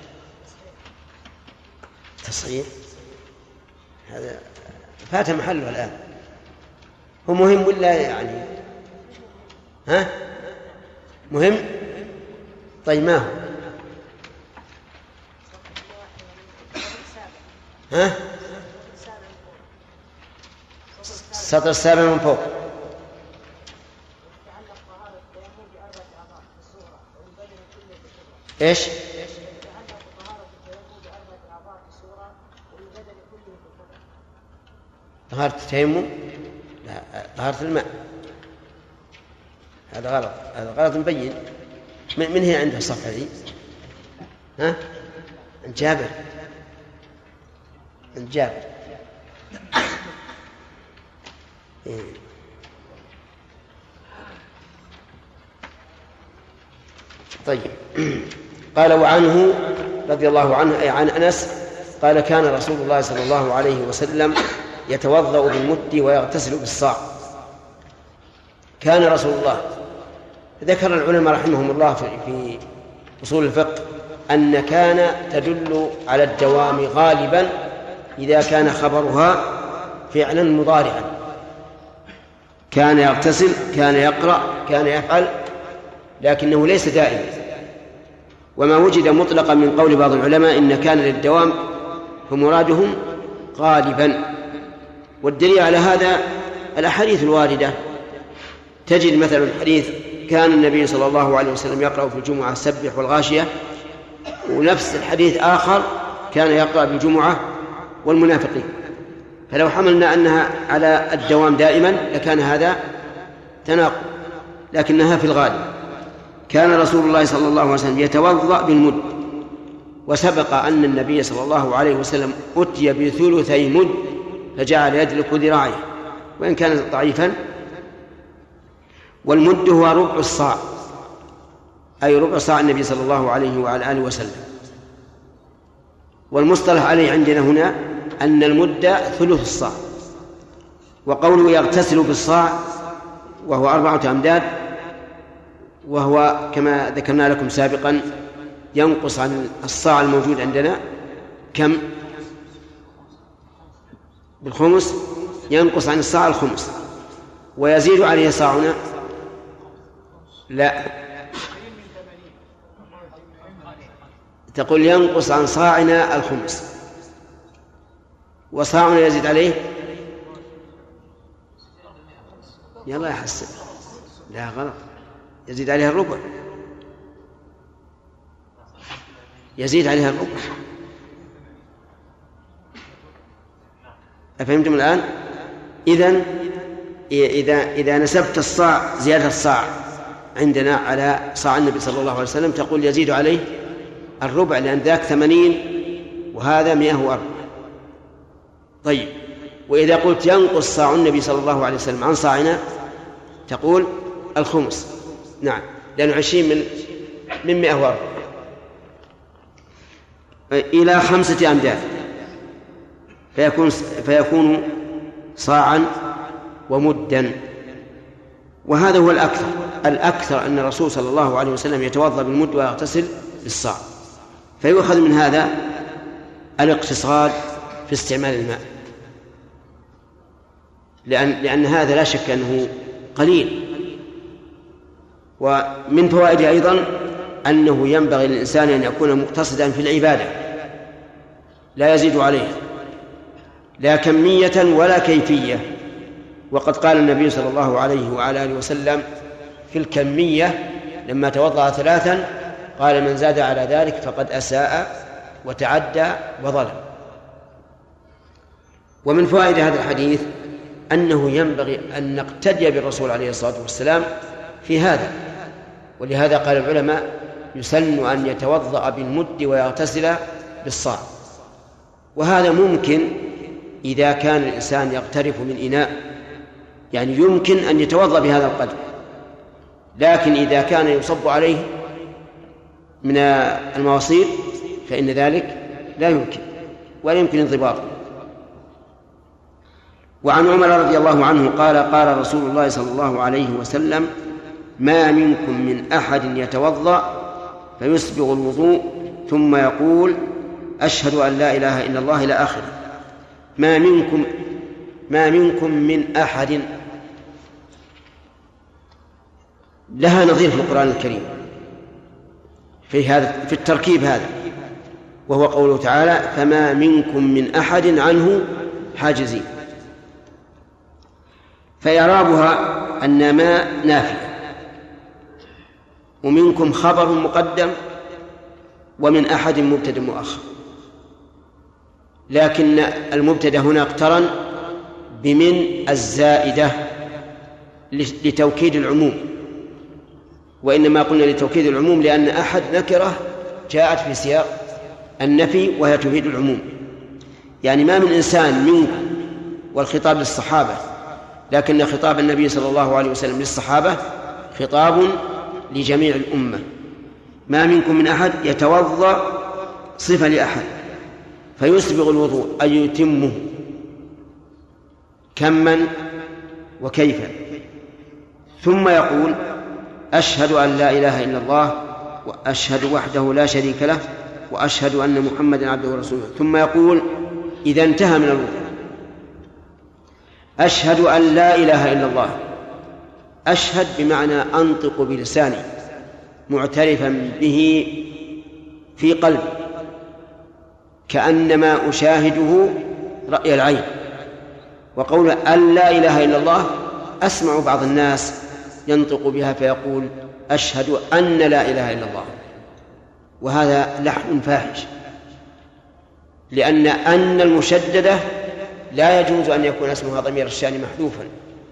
تصحيح؟ هذا فات محله الآن. هو مهم ولا يعني ها مهم؟ طيب، ما هو؟ ها السطر السابع من فوق. ايش؟ طهارة التيمم؟ لا، طهارة الماء. هذا غلط، هذا غلط مبين. من هي عندها الصفحة دي؟ ها؟ عند جابر، عند جابر. إيه. طيب، قال وعنه رضي الله عنه أي عن أنس قال كان رسول الله صلى الله عليه وسلم يتوضأ بالمد ويغتسل بالصاع. كان رسول الله، ذكر العلماء رحمهم الله في أصول الفقه أن كان تدل على الدوام غالبا إذا كان خبرها فعلا مضارعا. كان يغتسل، كان يقرأ، كان يفعل، لكنه ليس دائما. وما وجد مطلقا من قول بعض العلماء إن كان للدوام فمرادهم غالبا. والدليل على هذا الأحاديث الواردة. تجد مثلا الحديث كان النبي صلى الله عليه وسلم يقرأ في الجمعة سبح والغاشية، ونفس الحديث آخر كان يقرأ بالجمعة والمنافقين. فلو حملنا أنها على الدوام دائما لكان هذا تناقض، لكنها في الغالب. كان رسول الله صلى الله عليه وسلم يتوضأ بالمد، وسبق أن النبي صلى الله عليه وسلم أتي بثلثي مد فجعل يدلك ذراعيه وإن كان ضعيفا. والمد هو ربع الصاع، أي ربع صاع النبي صلى الله عليه وعلى آله وسلم. والمصطلح عليه عندنا هنا أن المد ثلث الصاع. وقوله يغتسل بالصاع وهو أربعة أمداد، وهو كما ذكرنا لكم سابقا ينقص عن الصاع الموجود عندنا كم؟ بالخمس، ينقص عن الصاع الخمس، ويزيد عليه صاعنا لا، تقول ينقص عن صاعنا الخمس، وصاعنا يزيد عليه يلا يحسن، لا غلط، يزيد عليها الربع، يزيد عليها الربع. أفهمتم الآن؟ إذن إذا إذا نسبت الصاع زيادة الصاع عندنا على صاع النبي صلى الله عليه وسلم تقول يزيد عليه الربع، لأن ذاك ثمانين وهذا مئة وأربعة. طيب، وإذا قلت ينقص صاع النبي صلى الله عليه وسلم عن صاعنا تقول الخمس، نعم، لأنه عشرين من من مئة وأربعة إلى خمسة أمداد، فيكون فيكون صاعا ومدا. وهذا هو الأكثر الأكثر أن الرسول صلى الله عليه وسلم يتوضأ بالمد ويغتسل بالصاع. فيؤخذ من هذا الاقتصاد في باستعمال الماء، لأن, لأن هذا لا شك أنه قليل. ومن فوائده أيضا أنه ينبغي للإنسان أن يكون مقتصدا في العبادة لا يزيد عليه، لا كمية ولا كيفية. وقد قال النبي صلى الله عليه وعلى آله وسلم في الكمية لما توضأ ثلاثا قال: من زاد على ذلك فقد أساء وتعدى وظلم. ومن فوائد هذا الحديث أنه ينبغي أن نقتدي بالرسول عليه الصلاة والسلام في هذا، ولهذا قال العلماء: يسن أن يتوضأ بالمد ويغتسل بالصاع. وهذا ممكن إذا كان الإنسان يغترف من إناء، يعني يمكن أن يتوضأ بهذا القدر، لكن إذا كان يصب عليه من المواصير فإن ذلك لا يمكن ولا يمكن انضباطه. وعن عمر رضي الله عنه قال: قال رسول الله صلى الله عليه وسلم: ما منكم من أحد يتوضأ فيسبغ الوضوء ثم يقول: أشهد أن لا إله إلا الله إلى آخره. ما منكم ما منكم من أحد لها نظير في القرآن الكريم في هذا في التركيب هذا، وهو قوله تعالى: فما منكم من أحد عنه حاجزين. فإعرابها أن ما نافية، ومنكم خبر مقدم، ومن أحد مبتدأ مؤخر، لكن المبتدأ هنا اقترن بمن الزائدة لتوكيد العموم، وإنما قلنا لتوكيد العموم لأن أحد نكرة جاءت في سياق النفي وهي تفيد العموم. يعني ما من إنسان منكم، والخطاب للصحابة، لكن خطاب النبي صلى الله عليه وسلم للصحابة خطاب لجميع الأمة. ما منكم من أحد يتوضأ صفة لأحد فيسبغ الوضوء أي يتمه كما وكيفا، ثم يقول: أشهد أن لا إله إلا الله وأشهد وحده لا شريك له وأشهد أن محمدا عبده ورسوله. ثم يقول إذا انتهى من الوضوء: أشهد أن لا إله إلا الله. أشهد بمعنى أنطق بلساني معترفا به في قلبي كأنما أشاهده رأي العين. وقول أن لا إله إلا الله أسمع بعض الناس ينطق بها فيقول: أشهد أن لا إله إلا الله، وهذا لحن فاحش، لأن أن المشددة لا يجوز أن يكون اسمها ضمير الشأن محذوفا،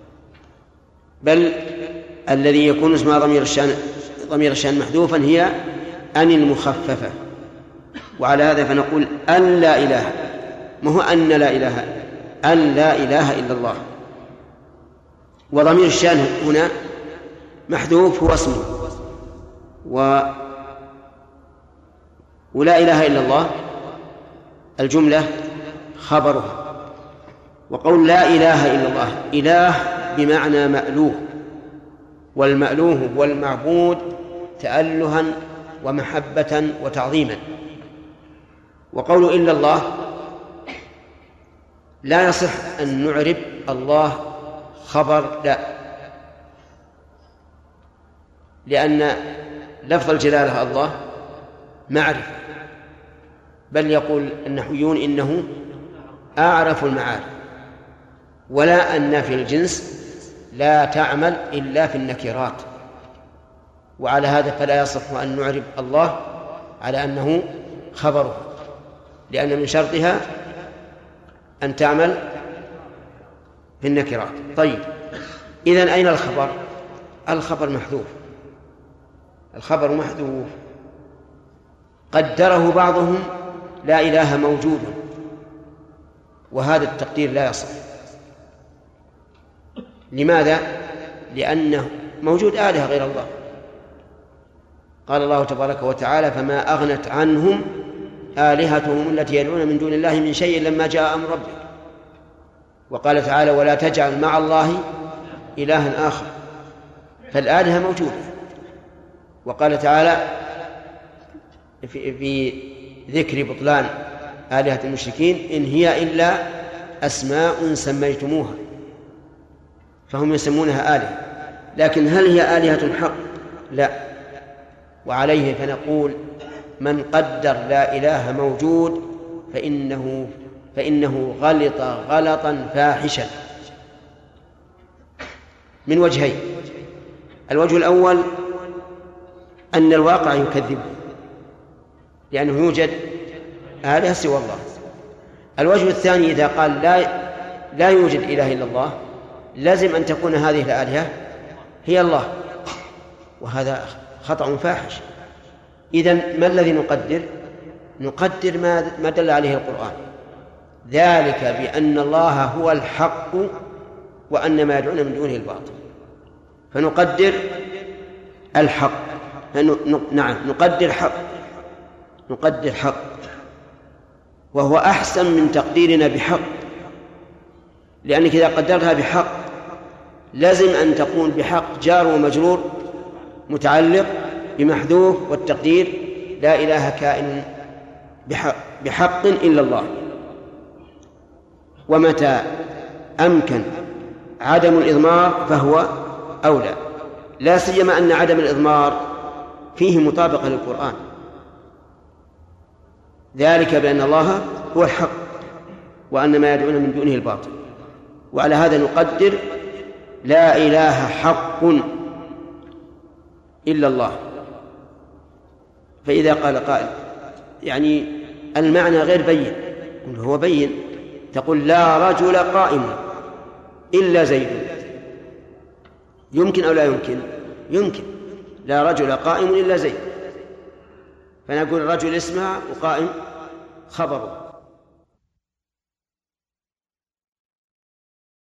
بل الذي يكون اسمها ضمير الشأن ضمير الشأن محذوفا هي أن المخففة. وعلى هذا فنقول أن لا إله، ما هو أن لا إله، أن لا إله إلا الله. وضمير الشأن هنا محذوف هو اسمه، و... ولا إله إلا الله الجملة خبرها. وقول لا إله إلا الله، إله بمعنى مألوه، والمألوه هو المعبود تألها ومحبة وتعظيما. وقول إلا الله لا يصح أن نعرب الله خبر، لا، لأن لفظ الجلالة الله معرفة، بل يقول النحويون إنه أعرف المعارف. ولا أن في الجنس لا تعمل إلا في النكرات، وعلى هذا فلا يصح أن نعرب الله على أنه خبره، لأن من شرطها أن تعمل في النكرات. طيب، إذن أين الخبر؟ الخبر محذوف، الخبر محذوف قدره بعضهم لا إله موجود، وهذا التقدير لا يصح. لماذا؟ لأنه موجود آلهة غير الله. قال الله تبارك وتعالى: فما أغنت عنهم آلهتهم التي يدعون من دون الله من شيء لما جاء أمر ربك. وقال تعالى: ولا تجعل مع الله إلها آخر. فالآلهة موجودة. وقال تعالى في ذكر بطلان آلهة المشركين إن هي إلا أسماء سميتموها، فهم يسمونها آلهة، لكن هل هي آلهة حق؟ لا. وعليه فنقول من قدر لا إله موجود فإنه فإنه غلط غلطا فاحشا من وجهين. الوجه الأول أن الواقع يكذبه لأنه يوجد آلهة سوى الله. الوجه الثاني إذا قال لا لا يوجد إله إلا الله لازم أن تكون هذه الآلهة هي الله، وهذا خطأ فاحش. إذن ما الذي نقدر؟ نقدر ما ما دل عليه القرآن، ذلك بأن الله هو الحق وأن ما يدعون من دونه الباطل، فنقدر الحق. نعم نقدر حق، نقدر حق، وهو أحسن من تقديرنا بحق، لأنك إذا قدرتها بحق لازم أن تكون بحق جار ومجرور متعلق بمحذوف، والتقدير لا إله كائن بحق, بحق إلا الله. ومتى أمكن عدم الإضمار فهو أولى، لا سيما أن عدم الإضمار فيه مطابقة للقرآن، ذلك بأن الله هو الحق وأن ما يدعون من دونه الباطل. وعلى هذا نقدر لا إله حق إلا الله. فإذا قال قائل يعني المعنى غير بين، هو بين، تقول لا رجل قائم إلا زيد، يمكن أو لا يمكن؟ يمكن، لا رجل قائم إلا زيد، فنقول الرجل اسمها وقائم خبره.